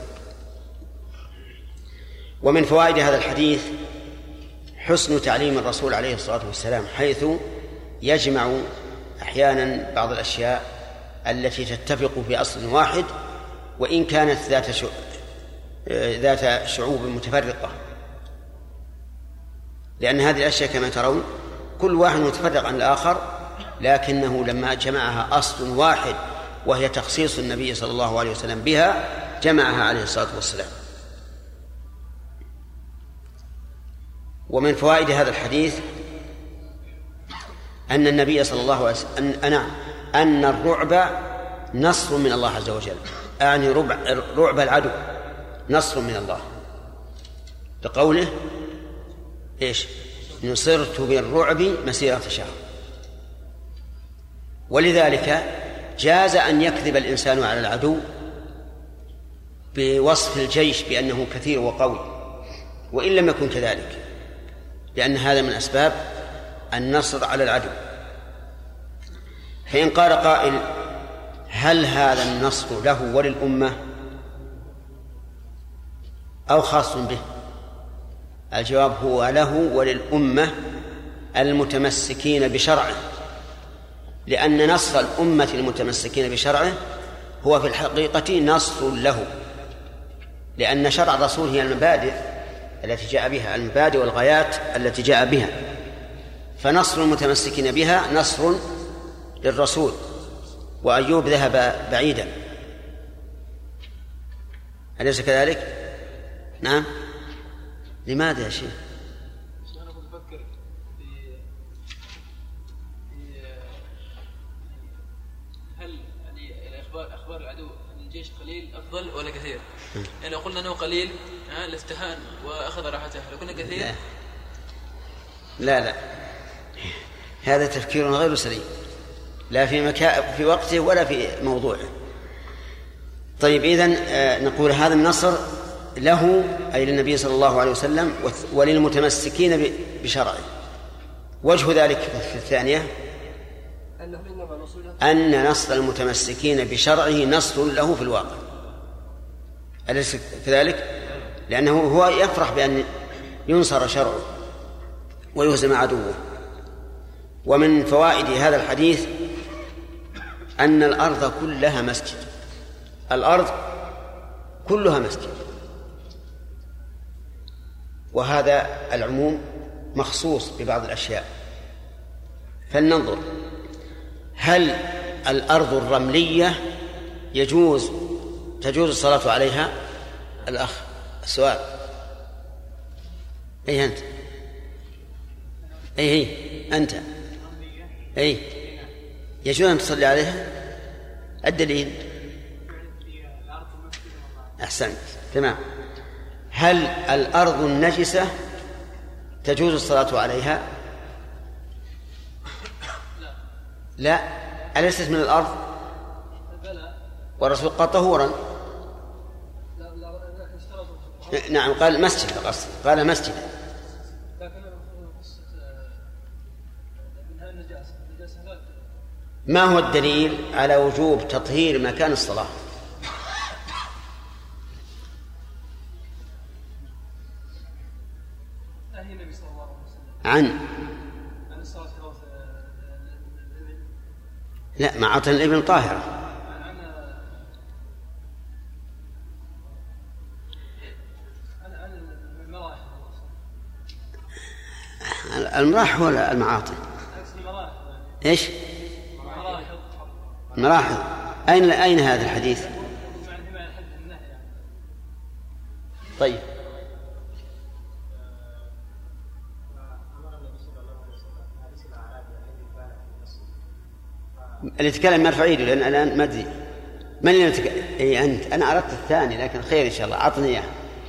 Speaker 1: ومن فوائد هذا الحديث حسن تعليم الرسول عليه الصلاة والسلام، حيث يجمع أحيانا بعض الأشياء التي تتفق في أصل واحد وإن كانت ذات ذات شعوب متفرقة، لأن هذه الأشياء كما ترون كل واحد متفرق عن الآخر، لكنه لما جمعها أصل واحد وهي تخصيص النبي صلى الله عليه وسلم بها جمعها عليه الصلاة والسلام. ومن فوائد هذا الحديث أن النبي صلى الله عليه وسلم أن, أن الرعب نصر من الله عز وجل، يعني رعب, رعب العدو نصر من الله، بقوله إيش؟ نصرت بالرعب مسيرة شهر. ولذلك جاز أن يكذب الإنسان على العدو بوصف الجيش بأنه كثير وقوي وإن لم يكن كذلك، لأن هذا من أسباب النصر على العدو. فإن قال قائل هل هذا النصر له وللأمة أو خاص به؟ الجواب هو له وللأمة المتمسكين بشرعه، لأن نصر الأمة المتمسكين بشرعه هو في الحقيقة نصر له، لأن شرع الرسول هي المبادئ التي جاء بها، المبادئ والغايات التي جاء بها، فنصر المتمسكين بها نصر للرسول. وأيوب ذهب بعيدا، أليس كذلك؟ نعم. لماذا يا شيخ؟
Speaker 2: أنا كنت أفكر في هل يعني الأخبار أخبار العدو أن الجيش قليل أفضل ولا كثير؟ يعني لو قلنا أنه قليل لاستهان وأخذ راحته، لو كنا كثير
Speaker 1: لا لا, لا. هذا تفكير غير سليم، لا في مكان في وقته ولا في موضوعه. طيب إذن نقول هذا النصر له أي للنبي صلى الله عليه وسلم وللمتمسكين بشرعه. وجه ذلك في الثانية أن نصر المتمسكين بشرعه نصر له في الواقع، أليس كذلك؟ لأنه هو يفرح بأن ينصر شرعه ويهزم عدوه. ومن فوائد هذا الحديث أن الأرض كلها مسجد، الأرض كلها مسجد، وهذا العموم مخصوص ببعض الأشياء. فلننظر هل الأرض الرملية يجوز تجوز الصلاة عليها؟ الأخ السؤال. أي أنت؟ أي هي أنت؟ أي يجوز أن تصلي عليها؟ الدليل؟ أحسنت، تمام. هل الأرض النجسة تجوز الصلاة عليها؟ لا، أليست من الأرض؟ والرسول قال طهورا. نعم، قال مسجد، قال مسجد. ما هو الدليل على وجوب تطهير مكان الصلاة؟ عن لا معاطن الإبل طاهرة. المراح ولا المعاطن؟ ايش؟ مراحل. أين أين هذا الحديث؟ طيب اللي يتكلم مرفع يده، لأن الآن ما أدري من اللي يتكلم. إيه أنت، أنا أردت الثاني لكن خير إن شاء الله، أعطني إياه.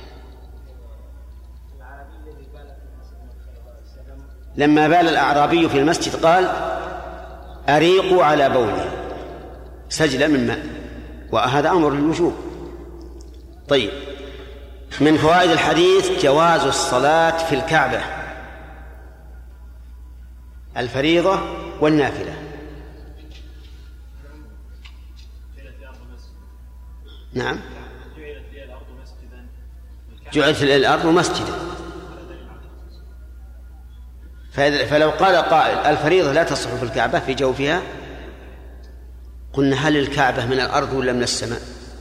Speaker 1: لما بال الأعرابي في المسجد قال أريقوا على بوله سجلا من ماء، وهذا أمر للوجوب. طيب، من فوائد الحديث جواز الصلاة في الكعبة، الفريضة والنافلة. نعم، جعلت الأرض مسجدا. فلو قال قائل الفريضة لا تصح في الكعبة في جوفها، قلنا هل الكعبة من الأرض ولا من السماء؟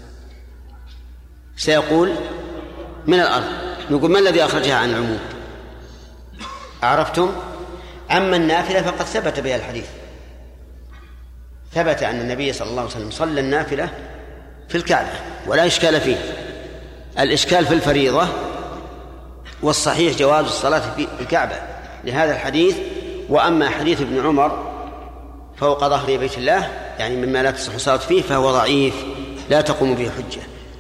Speaker 1: سيقول من الأرض. نقول ما الذي أخرجها عن العموم؟ عرفتم؟ أما النافلة فقد ثبت بها الحديث، ثبت أن النبي صلى الله عليه وسلم صلى النافلة في الكعبة ولا إشكال فيه. الإشكال في الفريضة، والصحيح جواز الصلاة في الكعبة لهذا الحديث. وأما حديث ابن عمر فوق ظهر بيت الله، يعني مما لا تصح الصلاة فيه، فهو ضعيف لا تقوم به حجة.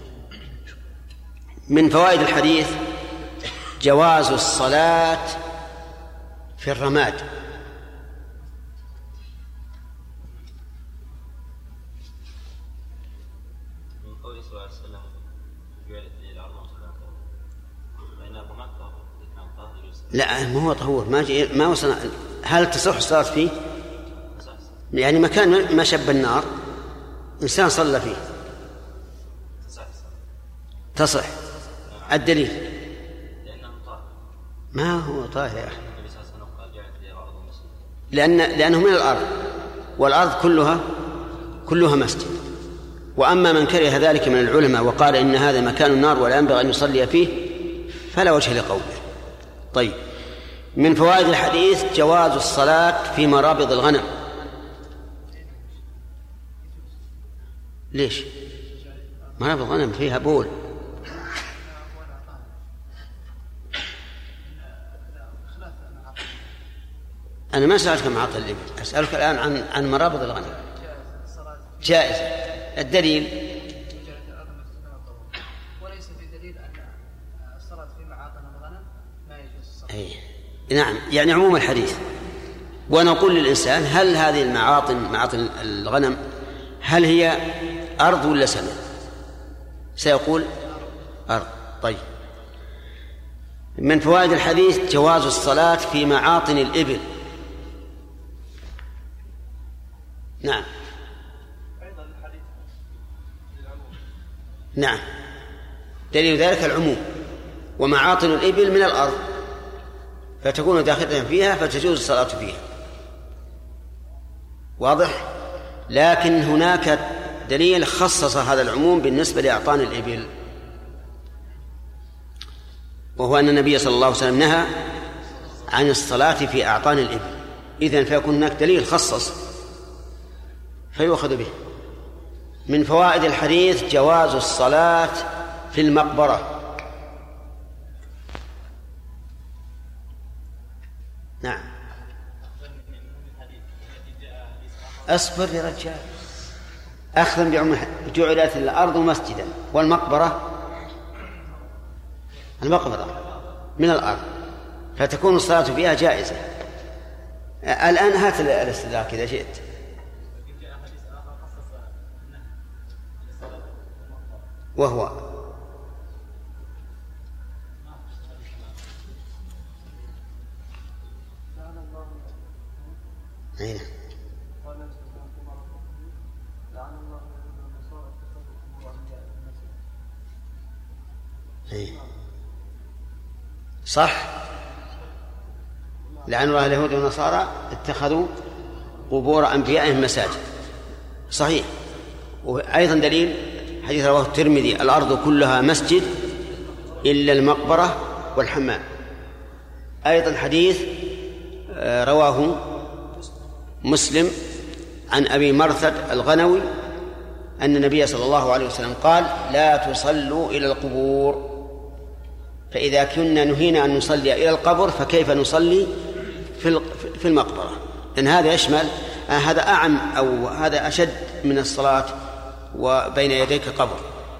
Speaker 1: من فوائد الحديث جواز الصلاة في الرماد. لا، ما هو طهور، ما جي ما وصل. هل تصح الصلاة فيه؟ يعني مكان ما شب النار إنسان صلى فيه تصح. الدليل ما هو طاهر يا أخي، لأن لأنه من الأرض، والأرض كلها كلها مسجد. وأما من كره ذلك من العلماء وقال إن هذا مكان النار ولا ينبغي أن يصلي فيه فلا وجه لقوله. طيب، من فوائد الحديث جواز الصلاة في مرابض الغنم. ليش؟ مرابض الغنم فيها بول. أنا ما سألتك عن معاطن الإبل، أسألك الآن عن عن مرابض الغنم. جائز. الدليل
Speaker 10: وليس في دليل أن الصلاة في معاطن الغنم ما يجوز الصلاة.
Speaker 1: أي نعم، يعني عموم الحديث. ونقول للإنسان هل هذه المعاطن معاطن الغنم هل هي أرض ولا سماء؟ سيقول أرض. طيب، من فوائد الحديث جواز الصلاة في معاطن الإبل. نعم نعم، دليل ذلك العموم. ومعاطن الإبل من الأرض فتكون داخلة فيها فتجوز الصلاة فيها. واضح؟ لكن هناك دليل خصص هذا العموم بالنسبة لأعطان الإبل، وهو أن النبي صلى الله عليه وسلم نهى عن الصلاة في أعطان الإبل. إذن فيكون هناك دليل خصص فيؤخذ به. من فوائد الحديث جواز الصلاة في المقبرة. نعم. أصبر يا رجال. أخذا بعموم جعلت الأرض مسجدا، والمقبرة المقبرة من الأرض فتكون الصلاة فيها جائزة. الآن هات الاستدراك إذا شئت. وهو أين؟ صح. لعن الله اليهود والنصارى اتخذوا قبور أنبيائهم مساجد. صحيح. وأيضا دليل حديث رواه الترمذي: الأرض كلها مسجد إلا المقبرة والحمام. أيضا حديث رواه مسلم عن أبي مرثد الغنوي أن النبي صلى الله عليه وسلم قال: لا تصلوا إلى القبور، فإذا كنا نهينا أن نصلي إلى القبر فكيف نصلي في المقبرة؟ لأن هذا يشمل، هذا أعم أو هذا أشد من الصلاة وبين يديك قبر.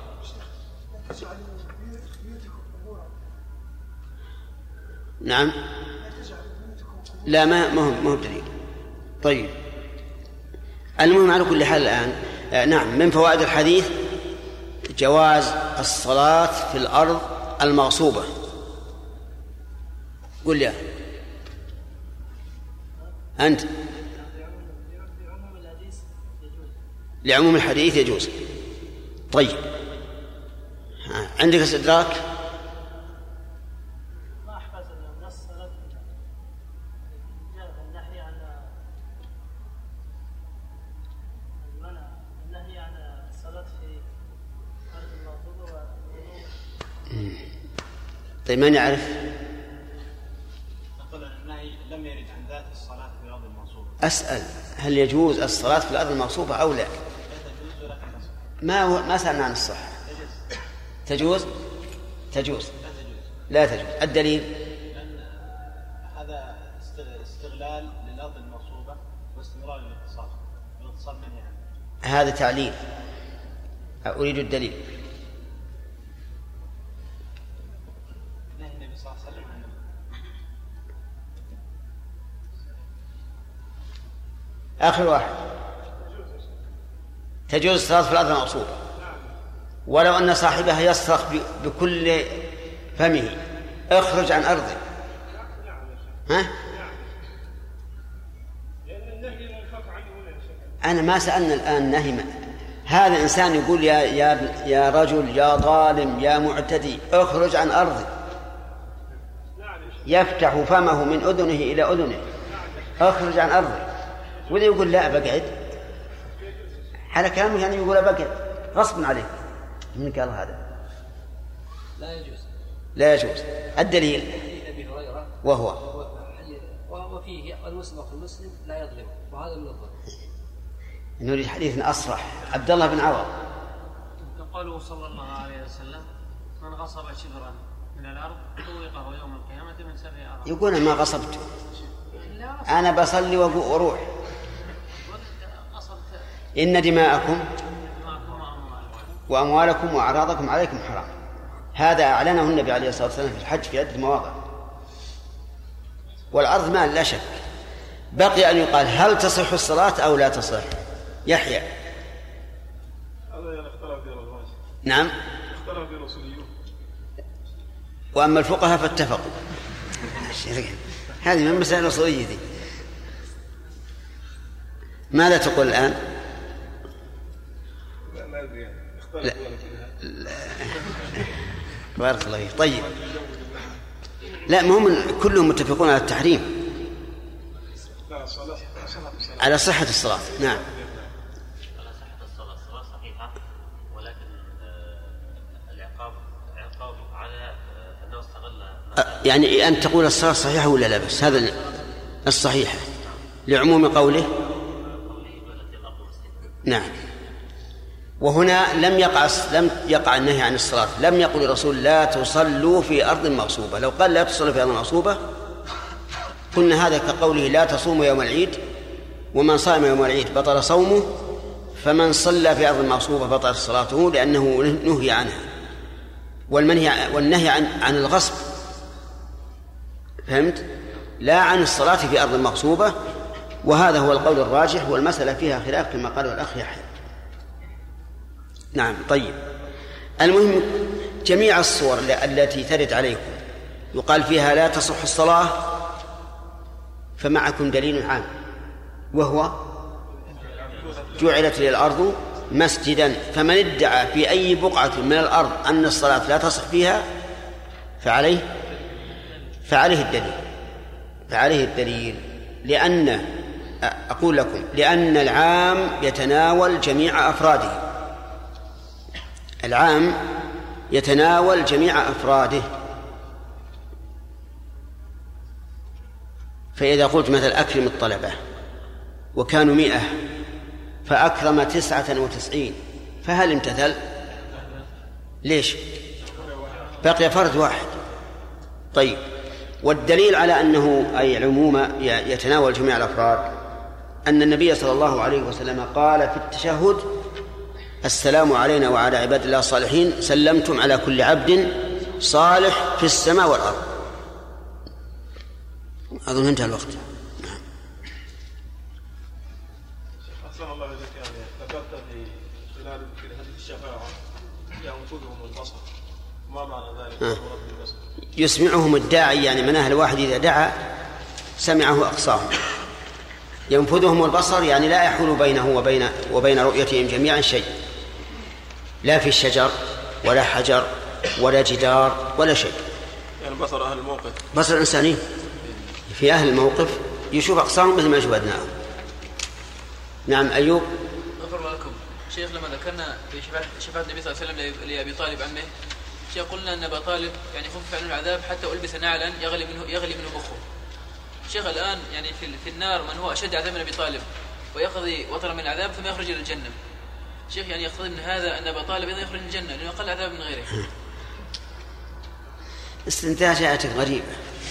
Speaker 1: نعم. لا، ما مهم مهم دليل. طيب، المهم على كل حال الآن، نعم، من فوائد الحديث جواز الصلاة في الأرض المغصوبة. قل يا أنت. لعموم الحديث يجوز. طيب، عندك استدراك؟
Speaker 11: ما أحفظ النص النهي عن المنع النهي عن الصلاة في أرض المغصوبة.
Speaker 1: طيب، من يعرف؟
Speaker 7: نقول النهي لم يرد عن ذات الصلاة في الأرض المغصوبة.
Speaker 1: أسأل هل يجوز الصلاة في الأرض المغصوبة أو لا؟ ما ما سألنا عن الصحة. تجوز؟ تجوز. لا تجوز. الدليل؟
Speaker 7: لأن هذا استغلال للأرض المغصوبة واستمرار للاغتصاب. الاغتصاب من يعني؟
Speaker 1: هذا تعليل. أريد الدليل.
Speaker 7: نهي النبي صلى الله عليه وسلم عنه.
Speaker 1: آخر واحد. تجوز الصلاة في الأرض المغصوبة ولو أن صاحبها يصرخ بكل فمه: اخرج عن أرضي. ها؟ أنا ما سألنا الآن نهي. هذا إنسان يقول يا يا يا رجل يا ظالم يا معتدي اخرج عن أرضي، يفتح فمه من أذنه إلى أذنه: اخرج عن أرضي. وإذا يقول لا بقعد، على كلامه يعني يقول بقعد غصب عليه. من قال هذا؟
Speaker 9: لا يجوز.
Speaker 1: لا يجوز. الدليل
Speaker 9: أبي هريرة
Speaker 1: وهو
Speaker 9: وهو فيه المسلم أخو المسلم لا يظلم، وهذا من الظلم.
Speaker 1: نريد حديث أصرح. عبد الله بن عوض
Speaker 12: قوله صلى الله عليه وسلم: من غصب شبرا من الأرض طوقه يوم القيامة من سبع أرض.
Speaker 1: يقول ما غصبت، أنا بصلي وأروح. إن دماءكم وأموالكم وأعراضكم عليكم حرام. هذا أعلنه النبي عليه الصلاة والسلام في الحج في عدة مواضع. والأرض مال لا شك. بقي أن يقال هل تصح الصلاة أو لا تصح. يحيى. نعم. وأما الفقهاء فاتفقوا. هذه من مسائل الأصولية دي. ماذا تقول الآن؟ لا. بارك الله فيك. طيب، لا مهم كلهم متفقون على التحريم، على صحة الصلاة. نعم،
Speaker 6: على صحة الصلاة. الصلاة صحيحة، ولكن العقاب عقاب على أنه استغل.
Speaker 1: يعني أن تقول الصلاة صحيحة ولا لا؟ بس هذا الصحيحة لعموم قوله. نعم. وهنا لم يقع لم يقع النهي عن الصلاة. لم يقل الرسول لا تصلوا في أرض مغصوبة. لو قال لا تصلوا في أرض مغصوبة قلنا هذا كقوله لا تصوموا يوم العيد، ومن صام يوم العيد بطل صومه، فمن صلى في أرض مغصوبة بطلت صلاته، لأنه نهي عنها. والمنهي والنهي عن عن الغصب، فهمت؟ لا عن الصلاة في أرض مغصوبة. وهذا هو القول الراجح، والمسألة فيها خلاف كما قال الأخ يحيى. نعم. طيب، المهم جميع الصور التي ترد عليكم يقال فيها لا تصح الصلاة، فمعكم دليل عام وهو جعلت لي الأرض مسجدا، فمن ادعى في أي بقعة من الأرض أن الصلاة لا تصح فيها فعليه فعليه الدليل فعليه الدليل لأن أقول لكم لأن العام يتناول جميع أفراده العام يتناول جميع أفراده. فإذا قلت مثلا أكرم الطلبة وكانوا مئة فأكرم تسعة وتسعين فهل امتثل؟ ليش؟ بقي فرد واحد. طيب، والدليل على أنه أي العموم يتناول جميع الأفراد أن النبي صلى الله عليه وسلم قال في التشهد: السلام علينا وعلى عباد الله الصالحين، سلمتم على كل عبد صالح في السماء والأرض. أظن انتهى الوقت. نعم.
Speaker 8: أحسن الله إليك. يعني ذكرت في خلال هذه الشفاعة ينفذهم البصر، ما معنى ذلك؟
Speaker 1: يسمعهم الداعي، يعني مناه الواحد إذا دعا سمعه أقصاهم. ينفذهم البصر يعني لا يحول بينه وبين وبين رؤيتهم جميعا شيء، لا في الشجر ولا حجر ولا جدار ولا شيء.
Speaker 8: يعني بصر أهل الموقف،
Speaker 1: بصر إنساني في أهل الموقف يشوف أقصاهم مثل ما يشوف أدناهم. نعم. أيوب.
Speaker 2: غفر الله لكم. شيخ، لما ذكرنا في شفاعة النبي صلى الله عليه وسلم لأبي طالب عمه، شيخ قلنا أن أبا طالب يعني خفف عنه العذاب حتى ألبس نعلا يغلي منه يغلي منه مخه. شيخ، الآن يعني في في النار من هو أشد عذاب من أبي طالب ويقضي وطرا من العذاب ثم يخرج إلى الجنة. شيخ، يعني يقتضي من هذا أن أبا طالب أيضا يخرج من الجنة لأنه أقل عذاب من غيره.
Speaker 1: استنتاجات غريبة.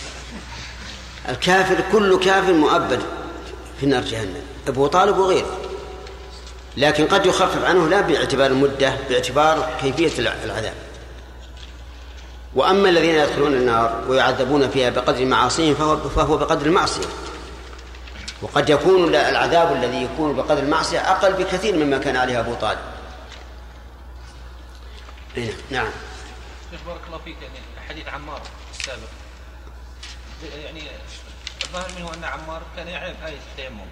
Speaker 1: الكافر كل كافر مؤبد في نار جهنم، أبو طالب وغيره، لكن قد يخفف عنه لا باعتبار المدة، باعتبار كيفية العذاب. وأما الذين يدخلون النار ويعذبون فيها بقدر معاصيهم فهو, فهو بقدر المعصية، وقد يكون العذاب الذي يكون بقدر المعصية أقل بكثير مما كان عليه أبو طالب. نعم.
Speaker 7: بارك الله فيك. يعني حديث عمار السابق، يعني الظاهر منه أن عمار كان يعرف آية التيمم.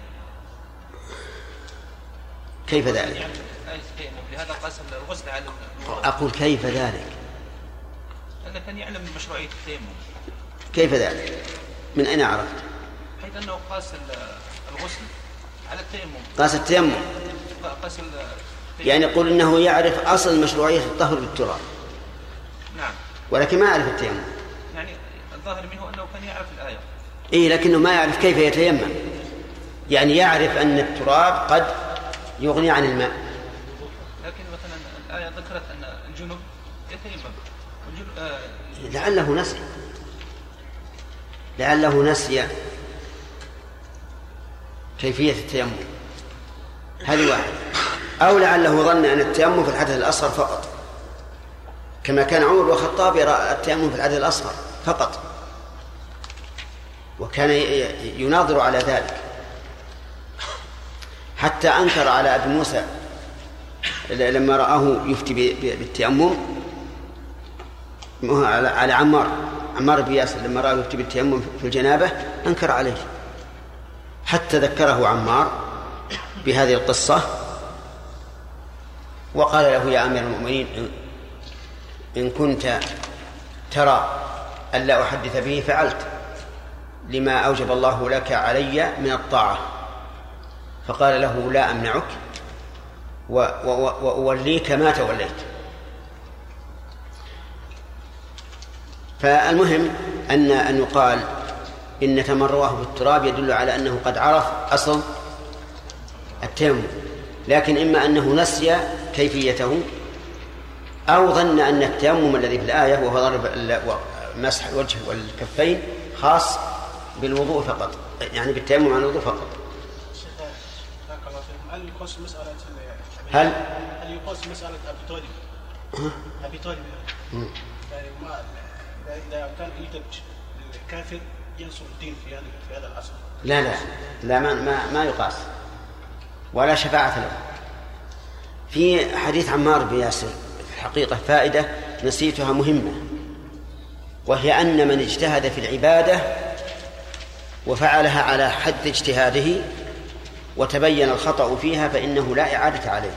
Speaker 1: كيف ذلك؟
Speaker 7: يعني آية التيمم، لهذا قسم الغسل على الوضوء.
Speaker 1: أقول كيف ذلك؟
Speaker 7: أنه كان يعلم مشروعية التيمم.
Speaker 1: كيف ذلك؟ من أين عرفت؟
Speaker 7: حيث أنه قاس الغسل على التيمم.
Speaker 1: قاس التيمم.
Speaker 7: قاس التيمم.
Speaker 1: يعني يقول إنه يعرف أصل مشروعية الطهر بالتراب.
Speaker 7: نعم.
Speaker 1: ولكن ما يعرف التيمم.
Speaker 7: يعني الظاهر منه أنه كان يعرف الآية.
Speaker 1: إيه، لكنه ما يعرف كيف يتيمم. يعني يعرف أن التراب قد يغني عن الماء.
Speaker 7: لكن مثلا الآية ذكرت أن الجنوب يتيمم. آه
Speaker 1: لعله نسي لعله نسي كيفية التيمم، هذه واحد. أو لعله ظن أن التيمم في الحدث الأصغر فقط، كما كان عمر بن الخطاب يرى التيمم في الحدث الأصغر فقط، وكان يناظر على ذلك حتى أنكر على أبي موسى لما رآه يفتي بالتيمم، على عمار عمار بن ياسر لما رأى يفتي بالتيمم في الجنابة أنكر عليه، حتى ذكره عمار بهذه القصة وقال له: يا أمير المؤمنين، إن كنت ترى ألا أحدث به فعلت، لما أوجب الله لك علي من الطاعة. فقال له: لا أمنعك وأوليك ما توليت. فالمهم أن أن يقال إن تمروه بالتراب يدل على أنه قد عرف أصل التيمم، لكن إما أنه نسي كيفيته أو ظن أن التيمم الذي في الآية وهو ضرب مسح الوجه والكفين خاص بالوضوء فقط، يعني بالتيمم عن الوضوء فقط.
Speaker 3: هل يقاس مسألة
Speaker 1: هل
Speaker 3: هل يقاس مسألة أبي طالب أبي طالب يعني ما إذا كان يوجد الكافر ينصر الدين في هذا في هذا العصر؟
Speaker 1: لا لا لا ما ما, ما يقاس ولا شفاعة له. في حديث عمار بن ياسر الحقيقة فائدة نسيتها مهمة، وهي أن من اجتهد في العبادة وفعلها على حد اجتهاده وتبين الخطأ فيها فإنه لا إعادة عليه،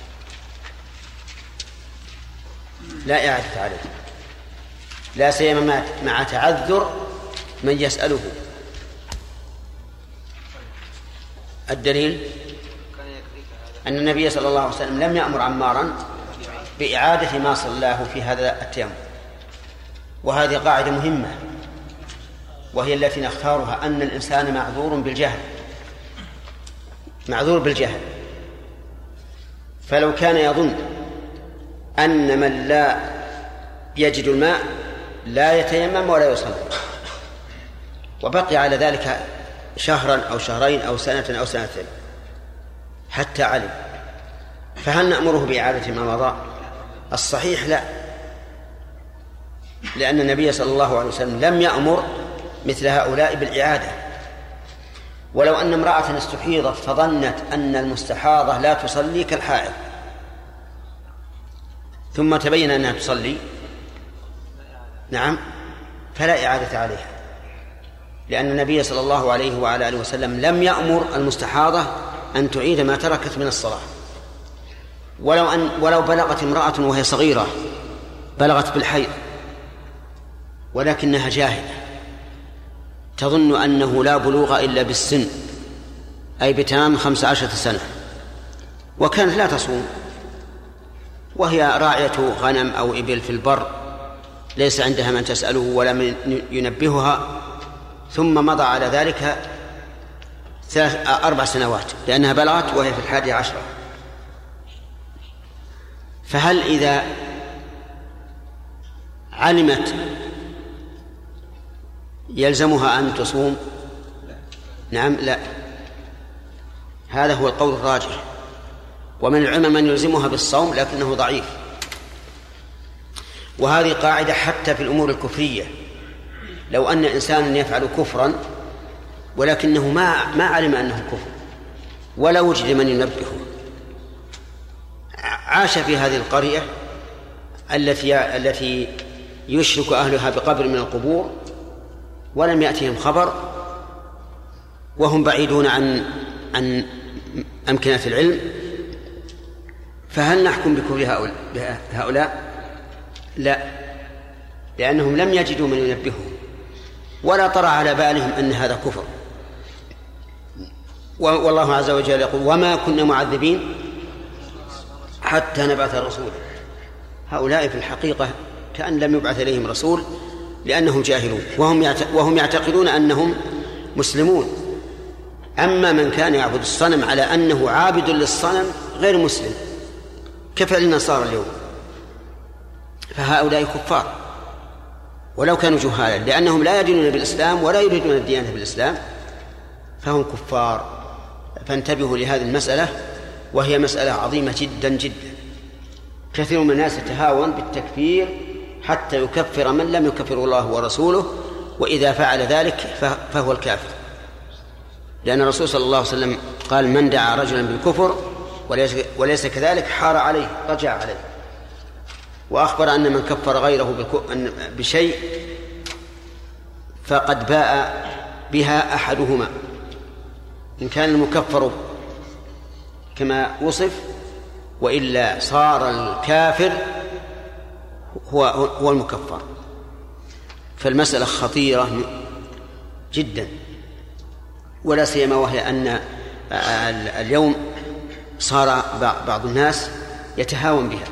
Speaker 1: لا إعادة عليه، لا سيما مع تعذر من يسأله. الدليل أن النبي صلى الله عليه وسلم لم يأمر عمارا بإعادة ما صلاه في هذا التيمم. وهذه قاعدة مهمة وهي التي نختارها، أن الإنسان معذور بالجهل، معذور بالجهل. فلو كان يظن أن من لا يجد الماء لا يتيمم ولا يصلي وبقي على ذلك شهرا أو شهرين أو سنة أو سنتين حتى علم، فهل نأمره بإعادة ما مضى؟ الصحيح لا، لأن النبي صلى الله عليه وسلم لم يأمر مثل هؤلاء بالإعادة. ولو أن امرأة استحيضت فظنت أن المستحاضة لا تصلي كالحائض ثم تبين أنها تصلي، نعم، فلا إعادة عليها، لأن النبي صلى الله عليه وعلى آله وسلم لم يأمر المستحاضة أن تعيد ما تركت من الصلاة. ولو أن ولو بلغت امرأة وهي صغيرة، بلغت بالحيض ولكنها جاهلة تظن أنه لا بلوغ إلا بالسن، أي بتمام خمس عشرة سنة، وكانت لا تصوم وهي راعية غنم أو إبل في البر، ليس عندها من تسأله ولا من ينبهها، ثم مضى على ذلك ثلاث أربع سنوات لأنها بلغت وهي في الحادية عشرة. فهل إذا علمت يلزمها أن تصوم؟ نعم، لا، هذا هو القول الراجح. ومن العلماء من يلزمها بالصوم لكنه ضعيف. وهذه قاعدة حتى في الأمور الكفرية، لو أن إنسانا يفعل كفرا ولكنه ما ما علم أنه كفر ولا وجد من ينبهه، عاش في هذه القرية التي التي يشرك أهلها بقبر من القبور ولم يأتهم خبر وهم بعيدون عن عن أمكنة العلم، فهل نحكم بكفر هؤلاء؟ لا، لأنهم لم يجدوا من ينبههم ولا طرأ على بالهم أن هذا كفر. والله عز وجل يقول: وما كنا معذبين حتى نبعث رسولا. هؤلاء في الحقيقة كأن لم يبعث إليهم رسول لأنهم جاهلون وهم يعتقدون أنهم مسلمون. أما من كان يعبد الصنم على أنه عابد للصنم غير مسلم كفعل النصارى اليوم، فهؤلاء كفار ولو كانوا جهالا، لأنهم لا يدينون بالإسلام ولا يريدون الديانة بالإسلام، فهم كفار. فانتبهوا لهذه المسألة، وهي مسألة عظيمة جدا جدا. كثير من الناس يتهاون بالتكفير حتى يكفر من لم يكفر الله ورسوله، وإذا فعل ذلك فهو الكافر، لأن الرسول صلى الله عليه وسلم قال: من دعا رجلا بالكفر وليس كذلك حار عليه، رجع عليه. وأخبر أن من كفر غيره بشيء فقد باء بها أحدهما، إن كان المكفر كما وصف، وإلا صار الكافر هو هو المكفر. فالمسألة خطيرة جدا، ولا سيما وهي أن اليوم صار بعض الناس يتهاون بها،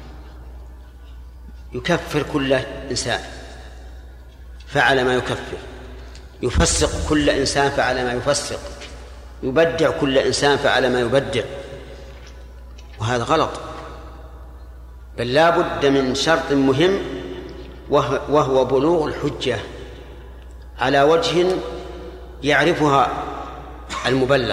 Speaker 1: يكفر كل إنسان فعل ما يكفر، يفسق كل إنسان فعل ما يفسق، يبدع كل إنسان فعل ما يبدع، وهذا غلط. بل لا بد من شرط مهم وهو بلوغ الحجة على وجه يعرفها المبلغ.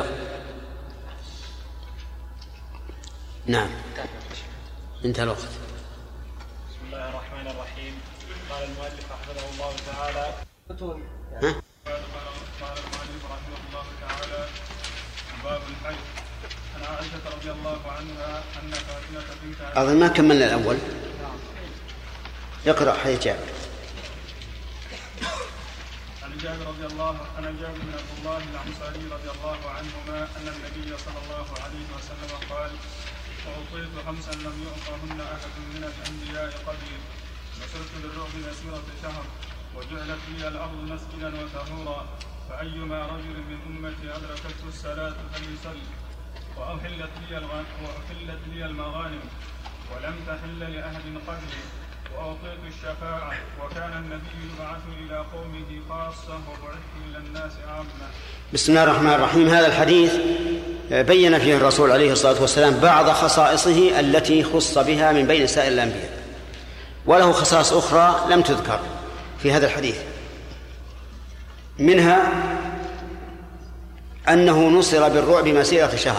Speaker 1: نعم، انتهى الوقت.
Speaker 7: بسم الله الرحمن الرحيم. قال المؤلف رحمه الله تعالى:
Speaker 5: قال المؤلف رحمه الله تعالى: باب الحج. عن عائشة رضي الله عنها أن فاطمة بنت
Speaker 1: أظن ما كملنا الأول. اقرأ حديث جابر.
Speaker 5: عن جابر رضي الله عن جابر بن عبد الله الأنصاري رضي الله عنهما أن النبي صلى الله عليه وسلم قال: وأعطيت خمسا لم يعطهن أحد من الأنبياء قبلي، وصرت بالرعب مسيرة شهر، وجعلت لي الأرض مسجدا وطهورا، فأيما رجل من أمتي أدركته الصلاة فليصل، وأحلت لي وأحلت لي المغانم ولم تحل لأحد قبلي، وأعطيت الشفاعة، وكان النبي يبعث إلى قومه خاصة وبعثت إلى الناس عامة.
Speaker 1: بسم الله الرحمن الرحيم. هذا الحديث بين فيه الرسول عليه الصلاة والسلام بعض خصائصه التي خص بها من بين سائر الأنبياء، وله خصائص أخرى لم تذكر في هذا الحديث، منها أنه نصر بالرعب مسيرة شهر.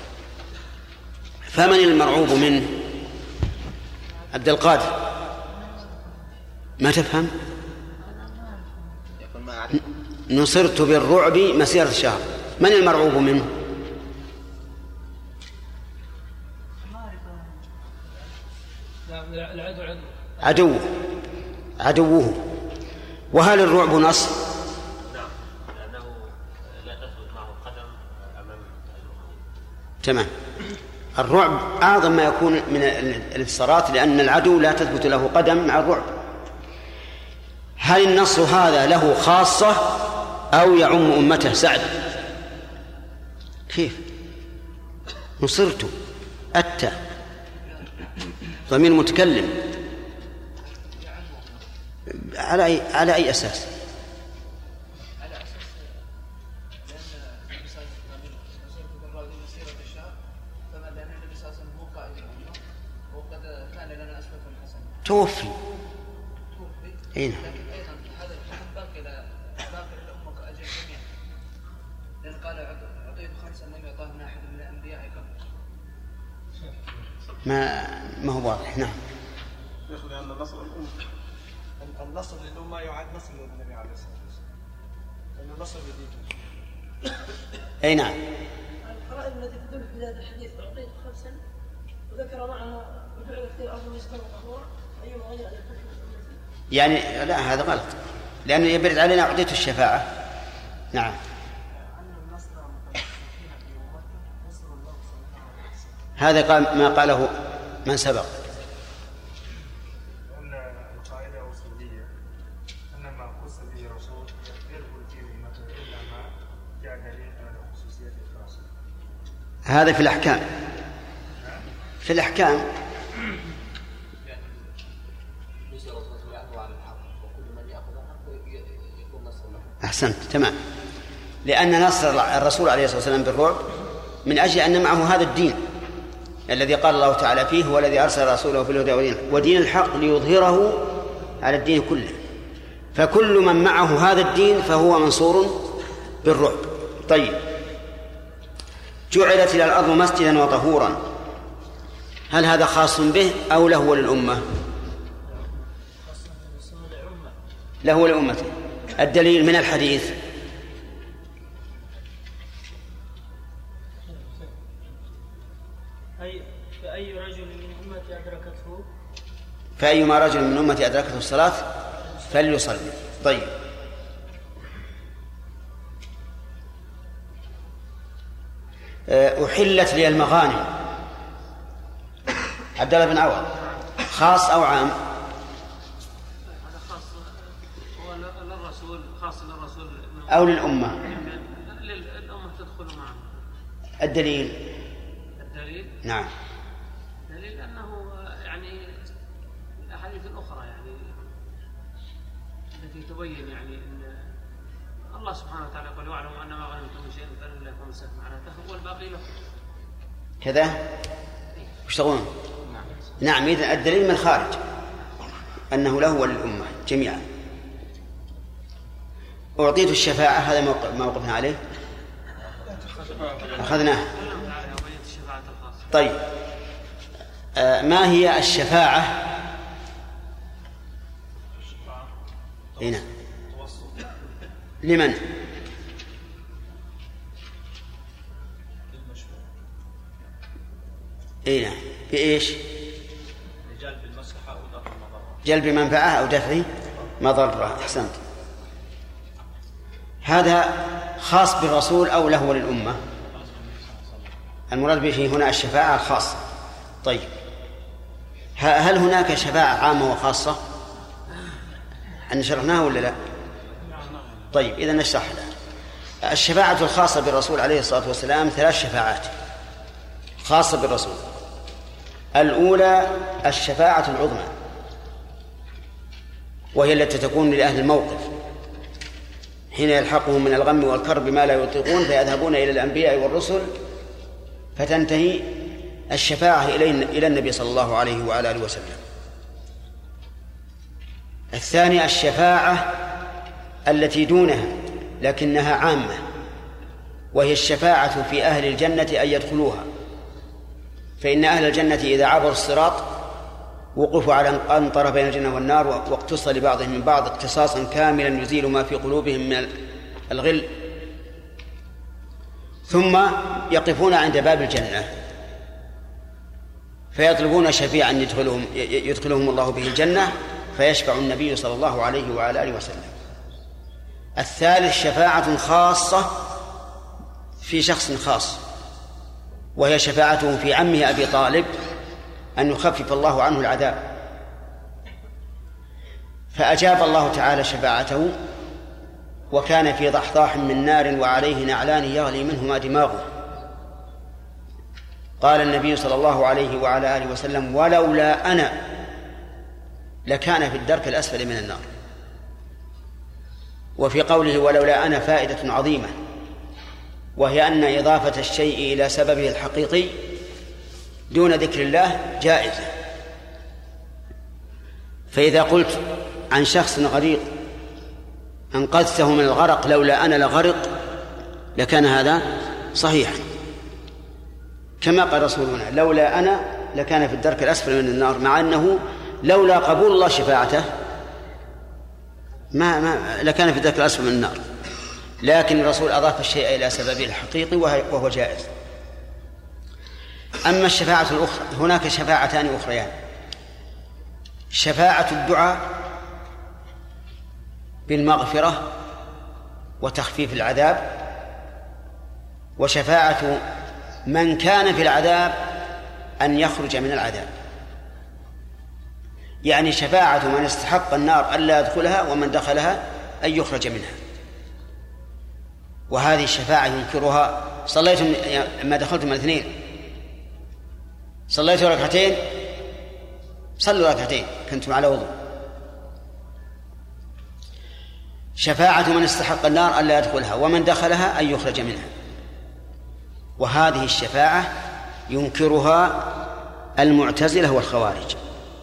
Speaker 1: فمن المرعوب منه؟ عبد القادر ما تفهم؟ نصرت بالرعب مسيرة شهر، من المرعوب منه؟ عدوه عدوه. وهل الرعب نصر؟
Speaker 6: نعم، لأنه لا تثبت معه قدم أمام
Speaker 1: تمام. الرعب أعظم ما يكون من الانتصارات، لأن العدو لا تثبت له قدم مع الرعب. هل النصر هذا له خاصة أو يعم أمته؟ سعد كيف؟ نصرت أتى ضمير متكلم على أي, على أي أساس؟
Speaker 10: على أساس لأن النبي صلى الله عليه وسلم نصرت بالرعب مسيرة الشهر، فما لأن النبي صلى الله عليه وسلم هو قائد الأمة وقد كان لنا أسوة حسنة.
Speaker 1: توفي
Speaker 10: توفي
Speaker 1: أين؟
Speaker 10: لكن أيضا هذا الحكم باقي باقي للأمة كأجل جميع، لأن قال أعطيت خمسا لم يعطهن أحد من الأنبياء قبل.
Speaker 1: ما ما هو واضح. نعم.
Speaker 3: يأخذ أن النصر الأمة النصر للأمة يعد نصر للنبي عليه الصلاة والسلام، لأن النصر بديته.
Speaker 1: أي نعم.
Speaker 11: القرائن التي تدل في هذا الحديث أعطيت خمسا وذكر معها وجعلت في الأرض مسجدا وطهورا، أيما غير أن
Speaker 1: يعني لا، هذا غلط، لأنه يبرد علينا أعطيت الشفاعة. نعم. هذا قال ما قاله من سبق.
Speaker 5: أن القاعدة أصولية أن ما خص به رسول يدخل فيه مثلا إلا ما جاء دليل على خصوصية الرسول.
Speaker 1: هذا في الأحكام. في الأحكام أحسنت تمام، لأن نصر الرسول عليه الصلاة والسلام بالرعب من أجل أن معه هذا الدين الذي قال الله تعالى فيه: هو الذي أرسل رسوله في الهدى ودين, ودين الحق ليظهره على الدين كله. فكل من معه هذا الدين فهو منصور بالرعب. طيب، جعلت إلى الأرض مسجدا وطهورا، هل هذا خاص به أو له وللأمة؟ له ولأمته. الدليل من الحديث
Speaker 11: فأي رجل من أمتي أدركته
Speaker 1: فأيما رجل من أمتي أدركته الصلاة فليصلي. طيب، أحلت لي المغانم، عبد الله بن عوض، خاص أو عام؟
Speaker 12: هذا خاص للرسول، خاص للرسول
Speaker 1: أو للأمة؟
Speaker 12: للأمة تدخل معه.
Speaker 1: الدليل؟
Speaker 12: الدليل
Speaker 1: نعم،
Speaker 12: دليل أنه يعني الأحاديث الأخرى يعني التي تبين يعني أن الله سبحانه وتعالى يقول: واعلموا أن ما غنمتم من شيء فلله خمسة معناته والباقي له.
Speaker 1: كذا وش تقولون؟ نعم. إذن الدليل من الخارج أنه له وللأمة جميعا. أعطيت الشفاعة، هذا ما وقفنا عليه، أخذناه. طيب، آه ما هي الشفاعة؟ هنا لمن؟ هنا بإيش؟
Speaker 7: جلب المصلحة أو دفع المضرة.
Speaker 1: جلب منفعة أو دفع مضرة. أحسنت. هذا خاص بالرسول أو له وللأمة؟ المراد به هنا الشفاعة الخاصة. طيب هل هناك شفاعة عامة وخاصة؟ أن شرحناها ولا لا؟ طيب إذا نشرح لها. الشفاعة الخاصة بالرسول عليه الصلاة والسلام ثلاث شفاعات خاصة بالرسول. الأولى الشفاعة العظمى، وهي التي تكون لأهل الموقف حين يلحقهم من الغم والكرب ما لا يطيقون فيذهبون إلى الأنبياء والرسل فتنتهي الشفاعة إلى النبي صلى الله عليه وعلى آله وسلم. الثانية الشفاعة التي دونها لكنها عامة، وهي الشفاعة في أهل الجنة أن يدخلوها، فإن أهل الجنة إذا عبروا الصراط وقفوا على أنطرة بين الجنة والنار واقتص لبعضهم من بعض اقتصاصا كاملا يزيل ما في قلوبهم من الغل، ثم يقفون عند باب الجنة فيطلبون شفيعا يدخلهم, يدخلهم الله به الجنة فيشفع النبي صلى الله عليه وعلى آله وسلم. الثالث شفاعة خاصة في شخص خاص، وهي شفاعته في عمه أبي طالب أن يخفف الله عنه العذاب، فأجاب الله تعالى شفاعته وكان في ضحضاح من نار وعليه نعلان يغلي منهما دماغه. قال النبي صلى الله عليه وعلى آله وسلم ولولا أنا لكان في الدرك الأسفل من النار. وفي قوله ولولا أنا فائدة عظيمة، وهي أن إضافة الشيء إلى سببه الحقيقي دون ذكر الله جائزة. فإذا قلت عن شخص غريق أنقذته من الغرق لولا أنا لغرق لكان هذا صحيحا، كما قال رسولنا لولا أنا لكان في الدرك الأسفل من النار، مع أنه لولا قبول الله شفاعته ما, ما لكان في الدرك الأسفل من النار، لكن الرسول أضاف الشيء إلى سببه الحقيقي وهو جائز. أما الشفاعة الأخرى هناك شفاعتان أخريان: شفاعة الدعاء بالمغفرة وتخفيف العذاب، وشفاعة من كان في العذاب أن يخرج من العذاب، يعني شفاعة من استحق النار ألا يدخلها ومن دخلها أن يخرج منها. وهذه الشفاعة ينكرها. صليتم لما دخلتم الاثنين صليتوا ركعتين صلوا ركعتين كنتم على وضوء. شفاعة من استحق النار ألا يدخلها ومن دخلها أن يخرج منها. وهذه الشفاعة ينكرها المعتزلة والخوارج.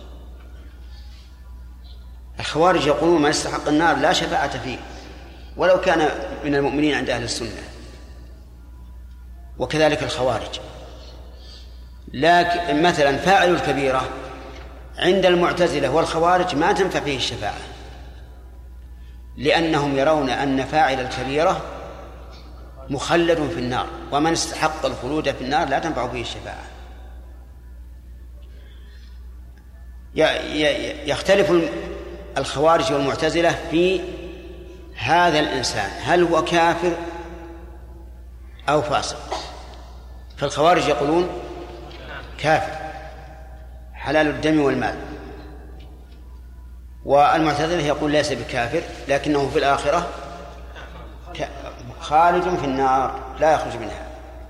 Speaker 1: الخوارج يقولون من استحق النار لا شفاعة فيه ولو كان من المؤمنين عند أهل السنة، وكذلك الخوارج. لكن مثلا فاعل الكبيرة عند المعتزلة والخوارج ما تنفع فيه الشفاعة، لأنهم يرون أن فاعل الكبيرة مخلد في النار، ومن استحق الخلود في النار لا تنفع فيه الشفاعة. يختلف الخوارج والمعتزلة في هذا الإنسان هل هو كافر أو فاسق. فالخوارج يقولون كافر حلال الدم والمال، والمعتزلة يقول ليس بكافر لكنه في الآخرة خالد في النار لا يخرج منها.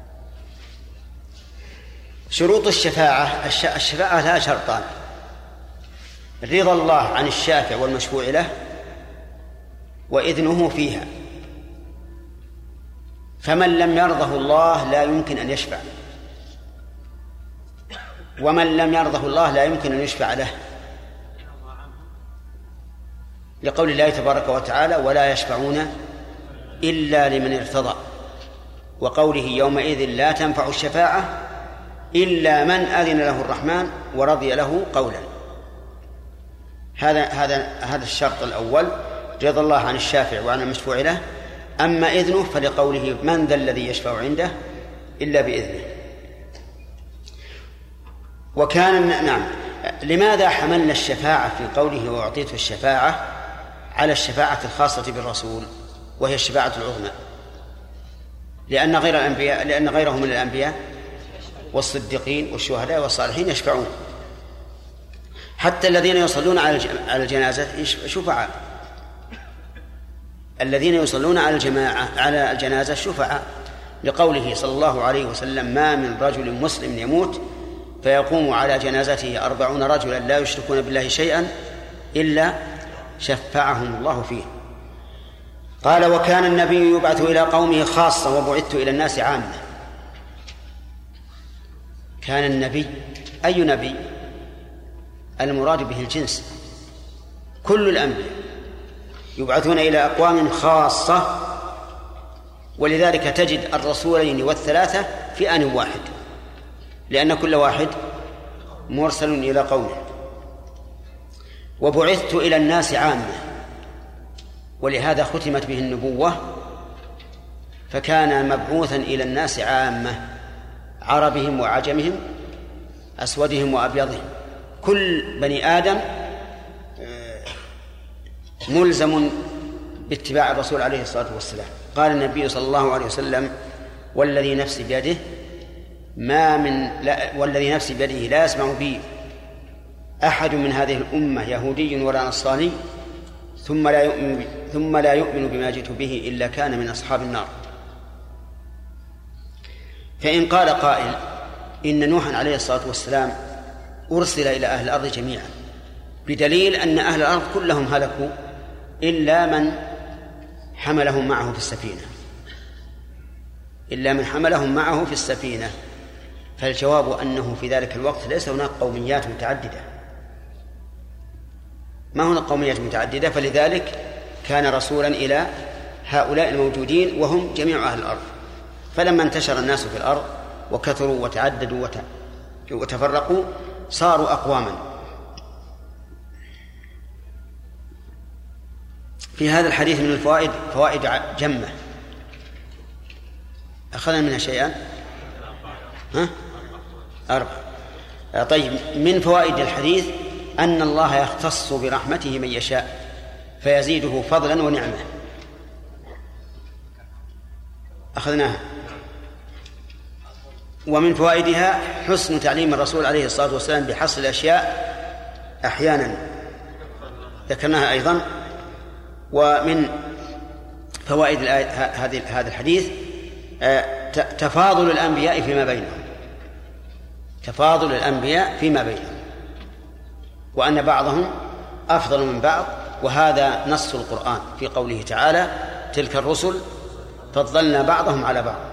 Speaker 1: شروط الشفاعة: الشفاعة لها شرطان: رضا الله عن الشافع والمشفوع له وإذنه فيها، فمن لم يرضه الله لا يمكن أن يشفع، ومن لم يرضه الله لا يمكن أن يشفع له، لقول الله تبارك وتعالى ولا يشفعون إلا لمن ارتضى، وقوله يومئذ لا تنفع الشفاعة إلا من أذن له الرحمن ورضي له قولا. هذا هذا هذا الشرط الأول: رضا الله عن الشافع وعن المشفوع له. أما إذنه فلقوله من ذا الذي يشفع عنده إلا بإذنه. وكان نعم لماذا حملنا الشفاعة في قوله وأعطيت الشفاعة على الشفاعة الخاصة بالرسول وهي الشفاعة العظمى، لأن غير الأنبياء لأن غيرهم من الأنبياء والصديقين والشهداء والصالحين يشفعون. حتى الذين يصلون على الجنازة شفعاء، الذين يصلون على الجماعة على الجنازة شفعاء، لقوله صلى الله عليه وسلم: ما من رجل مسلم يموت فيقوم على جنازته أربعون رجلا لا يشركون بالله شيئا إلا شفعهم الله فيه. قال: وكان النبي يبعث إلى قومه خاصة وبعثت إلى الناس عامة. كان النبي، أي نبي؟ المراد به الجنس، كل الأنبياء يبعثون إلى أقوام خاصة، ولذلك تجد الرسولين والثلاثة في آن واحد، لأن كل واحد مرسل إلى قومه. وبعثت إلى الناس عامة، ولهذا ختمت به النبوة، فكان مبعوثا إلى الناس عامة، عربهم وعجمهم، أسودهم وأبيضهم، كل بني آدم ملزم باتباع الرسول عليه الصلاة والسلام. قال النبي صلى الله عليه وسلم: والذي نفسي بيده ما من لا والذي نفسي بيده لا يسمع بي أحد من هذه الأمة يهودي ولا نصراني ثم لا يؤمن ثم لا يؤمن بما جئت به إلا كان من أصحاب النار. فإن قال قائل إن نوحا عليه الصلاة والسلام أرسل إلى أهل الأرض جميعا، بدليل أن أهل الأرض كلهم هلكوا إلا من حملهم معه في السفينة إلا من حملهم معه في السفينة فالجواب أنه في ذلك الوقت ليس هناك قوميات متعددة، ما هناك قوميات متعددة، فلذلك كان رسولا إلى هؤلاء الموجودين وهم جميع أهل الأرض. فلما انتشر الناس في الأرض وكثروا وتعددوا وتفرقوا صاروا أقواما. في هذا الحديث من الفوائد فوائد جمة، أخذنا منها شيئا ها؟ أربعة. طيب، من فوائد الحديث أن الله يختص برحمته من يشاء فيزيده فضلا ونعمة، أخذناها. ومن فوائدها حسن تعليم الرسول عليه الصلاة والسلام بحصر الأشياء أحيانا، ذكرناها أيضا. ومن فوائد هذا الحديث تفاضل الأنبياء فيما بينهم، تفاضل الأنبياء فيما بينهم، وأن بعضهم أفضل من بعض، وهذا نص القرآن في قوله تعالى: تلك الرسل فضلنا بعضهم على بعض.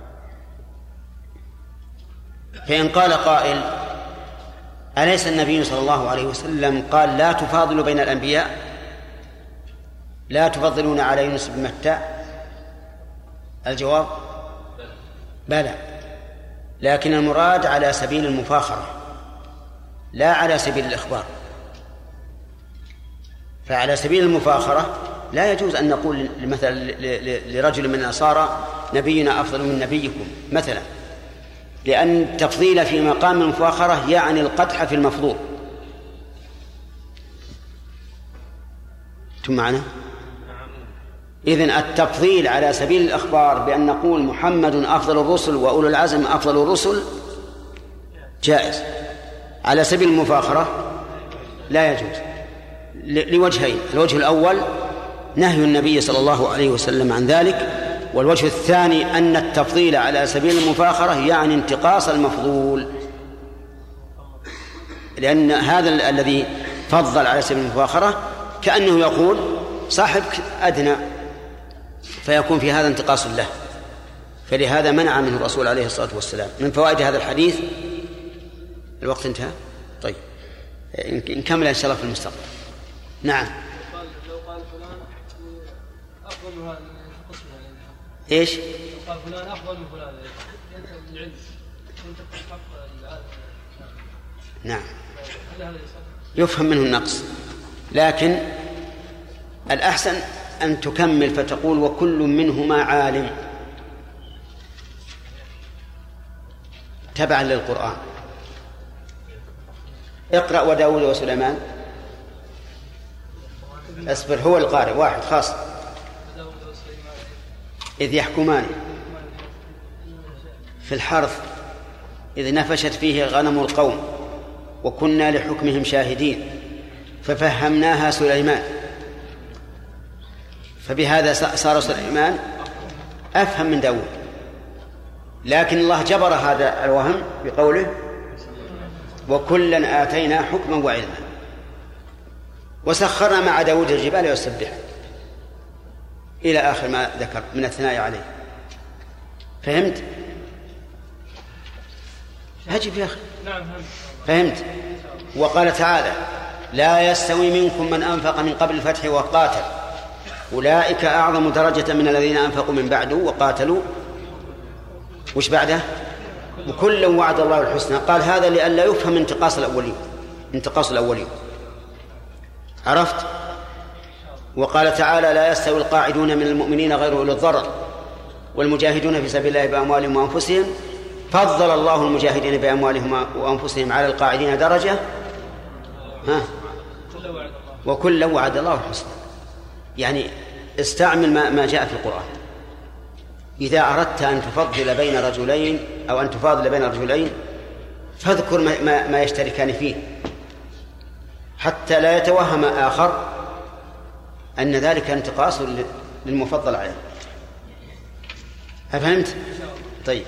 Speaker 1: فإن قال قائل: أليس النبي صلى الله عليه وسلم قال لا تفاضلوا بين الأنبياء، لا تفضلون على يونس بن متى؟ الجواب: بلى، لكن المراد على سبيل المفاخرة لا على سبيل الإخبار. فعلى سبيل المفاخرة لا يجوز أن نقول مثلا لرجل من النصارى نبينا أفضل من نبيكم مثلا، لأن التفضيل في مقام المفاخرة يعني القدح في المفضول. أنتم معنا؟ إذن التفضيل على سبيل الأخبار بأن نقول محمد أفضل الرسل وأولو العزم أفضل الرسل جائز، على سبيل المفاخرة لا يجوز لوجهين: الوجه الأول نهي النبي صلى الله عليه وسلم عن ذلك، والوجه الثاني أن التفضيل على سبيل المفاخرة يعني انتقاص المفضول، لأن هذا الذي فضل على سبيل المفاخرة كأنه يقول صاحبك أدنى، فيكون في هذا انتقاص له، فلهذا منع منه الرسول عليه الصلاة والسلام. من فوائد هذا الحديث الوقت انتهى. طيب، نكمل إن شاء الله في المستقبل. نعم.
Speaker 8: لو قال فلان أفضل من هذا القسم،
Speaker 1: إيش؟
Speaker 8: لو قال فلان أفضل من فلان ينتهي العلم ينتهي حق العالم.
Speaker 1: نعم، يفهم منه النقص، لكن الأحسن أن تكمل فتقول: وكل منهما عالم، تبعا للقرآن. اقرأ: وداود وسليمان. اصبر، هو القارئ واحد خاص.
Speaker 8: داود وسليمان
Speaker 1: إذ يحكمان في الحرث إذ نفشت فيه غنم القوم وكنا لحكمهم شاهدين ففهمناها سليمان. فبهذا صار سليمان أفهم من داود، لكن الله جبر هذا الوهم بقوله وكلا آتينا حكما وعلما وسخرنا مع داود الجبال يسبح إلى آخر ما ذكر من الثناء عليه. فهمت؟ هجب يا أخي. فهمت؟ وقال تعالى لا يستوي منكم من أنفق من قبل الفتح وقاتل أولئك أعظم درجة من الذين أنفقوا من بعده وقاتلوا. وش بعده؟ وكلا وعد الله الحسنى. قال هذا لئلا يفهم انتقاص الأولين انتقاص الأولين. عرفت؟ وقال تعالى لا يستوي القاعدون من المؤمنين غير أولي الضرر والمجاهدون في سبيل الله بأموالهم وأنفسهم فضل الله المجاهدين بأموالهم وأنفسهم على القاعدين درجة ها وكلا وعد الله الحسنى. يعني استعمل ما, ما جاء في القرآن. إذا أردت أن تفضل بين رجلين أو أن تفاضل بين رجلين فاذكر ما, ما, ما يشتركان فيه حتى لا يتوهم آخر أن ذلك انتقاص للمفضل عليه. أفهمت؟ طيب.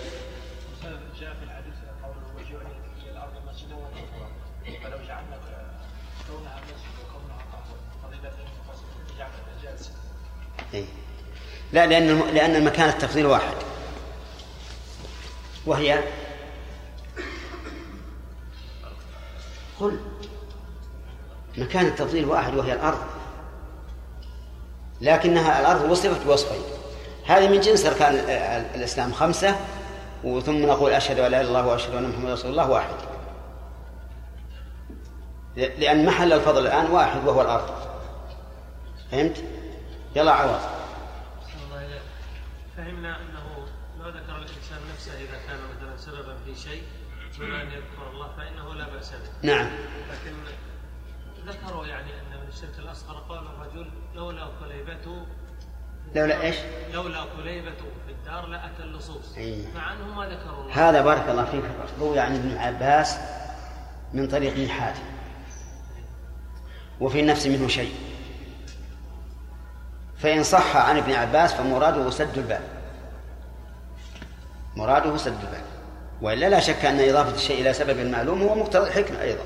Speaker 1: لا لأن لأن المكان التفضيل واحد وهي قل مكان التفضيل واحد وهي الأرض، لكنها الأرض وصفت بوصفين. هذه من جنس أركان الإسلام خمسة وثم نقول أشهد أن لا إله إلا الله وأشهد أن محمدا رسول الله واحد، لأن محل الفضل الآن واحد وهو الأرض. فهمت؟ يلا عوض.
Speaker 12: فهمنا أنه لو ذكر الإنسان نفسه إذا كان مثلا سببا في شيء دون أن يذكر الله فإنه لا بأس به.
Speaker 1: نعم.
Speaker 12: لكن ذكروا يعني أن من الشرك الأصغر قال الرجل لولا كليبته
Speaker 1: لولا إيش؟
Speaker 12: لولا كليبته في الدار لأتى اللصوص.
Speaker 1: أيه.
Speaker 12: مع أنهم ما ذكروا الله.
Speaker 1: هذا بارك الله فيك روي عن ابن عباس من طريق ابن حاتم وفي النفس منه شيء، فإن صح عن ابن عباس فمراده سد الباب مراده سد الباب وإلا لا شك أن إضافة الشيء إلى سبب المعلوم هو مقتضى الحكمة أيضا.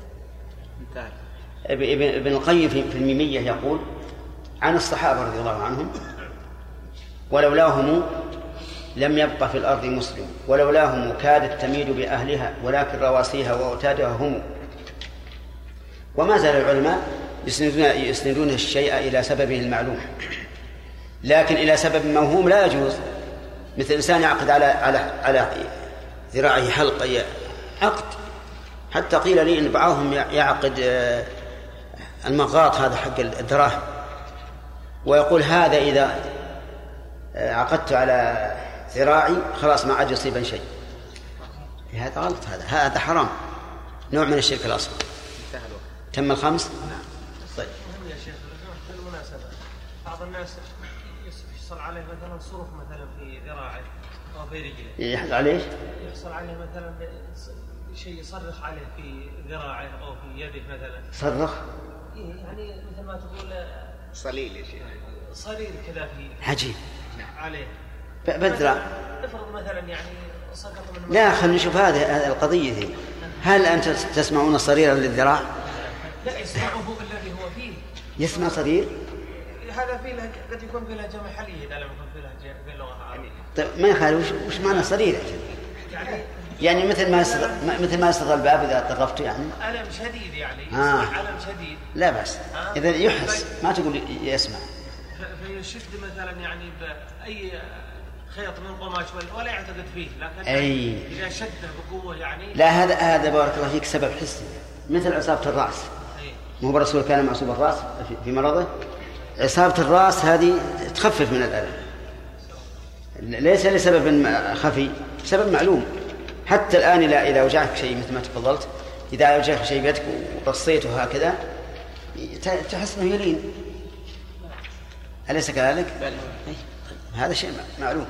Speaker 1: ابن القيم في الميمية يقول عن الصحابة رضي الله عنهم ولولاهم لم يبق في الأرض مسلم ولولاهم كادت تميد بأهلها ولكن رواسيها وأوتادها هم. وما زال العلماء يسندون, يسندون الشيء إلى سببه المعلوم، لكن إلى سبب موهوم لا يجوز. مثل إنسان يعقد على على على ذراعه حلقة عقد، حتى قيل لي إن بعضهم يعقد المغاط هذا حق الدراهم ويقول هذا إذا عقدت على ذراعي خلاص ما عاد يصيبني شيء. هذا غلط، هذا هذا حرام، نوع من الشرك الأصغر. تم الخمس.
Speaker 12: نعم. طيب مهم يا شيخ بالمناسبة بعض الناس يحصل عليه مثلا صرخ مثلا في ذراعه أو في رجله.
Speaker 1: يحصل عليه؟
Speaker 12: يحصل عليه مثلا شيء يصرخ عليه في ذراعه أو في يده مثلا.
Speaker 1: صرخ؟
Speaker 12: يعني مثل ما تقول
Speaker 13: صليل يا شيخ.
Speaker 12: صليل كذا في.
Speaker 1: عجيب.
Speaker 12: عليه.
Speaker 1: بدرة.
Speaker 12: افرض مثلا يعني سقط من.
Speaker 1: لا خلينا نشوف هذه القضية ذي. هل أنت تسمعون صريرا للذراع؟
Speaker 12: لا يسمعه الذي هو فيه.
Speaker 1: يسمع صرير؟
Speaker 12: هذا فيه قد يكون في لهجة محلية إذا لم يكن في لهجة في اللغة العربية.
Speaker 1: طيب ما يخالف وش, وش معنى صرير؟
Speaker 12: يعني
Speaker 1: يعني مثل ما يستغل مثل ما يستغل الباب إذا طرفته يعني.
Speaker 12: ألم شديد يعني.
Speaker 1: آه.
Speaker 12: ألم شديد.
Speaker 1: لا بأس. آه. إذا يحس ما تقول يسمع.
Speaker 12: فيشد مثلا يعني بأي خيط من قماش ولا يعتقد فيه، لكن
Speaker 1: أي.
Speaker 12: إذا شده بقوة يعني.
Speaker 1: لا هذا هذا بارك الله فيك سبب حسي مثل عصابة الرأس. مو بالرسول كان معصوب الرأس في مرضه. عصابة الرأس هذه تخفف من الألم، ليس لسبب خفي، سبب معلوم. حتى الآن إذا إذا وجعك شيء مثل ما تفضلت، إذا وجعك شيء بيدك وقصيته هكذا تحس إنه يلين، أليس كذلك؟ هذا شيء معلوم.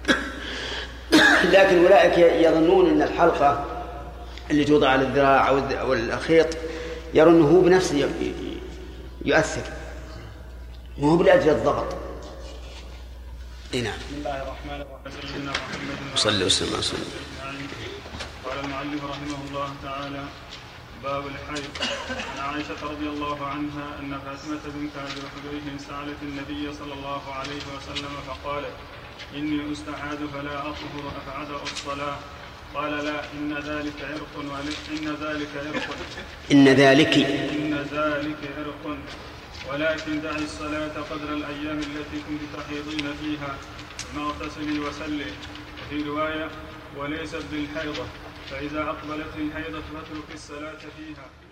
Speaker 1: لكن أولئك يظنون أن الحلقة اللي توضع على الذراع أو الخيط يرون أنه هو بنفسه يؤثر وهو بالأجل الضغط. نعم.
Speaker 5: بسم الله الرحمن الرحيم. سيدنا محمد
Speaker 1: صلى وسلم وسلم.
Speaker 5: قال المؤلف رحمه الله تعالى: باب الحيض. عن عائشة رضي الله عنها أن فاطمة بنت أبي حبيش سألت النبي صلى الله عليه وسلم فقالت: إني أستحاذ فلا أطهر أفعدأ الصلاة؟ قال: لا، إن ذلك عرق إن ذلك عرق
Speaker 1: إن ذلك
Speaker 5: إن ذلك عرق ولكن دعي الصلاة قدر الأيام التي كنت تحيضين فيها ثم اغتسلي وسلي. وفي رواية: وليست بالحيضة، فإذا أقبلت الحيضة فاترك الصلاة فيها.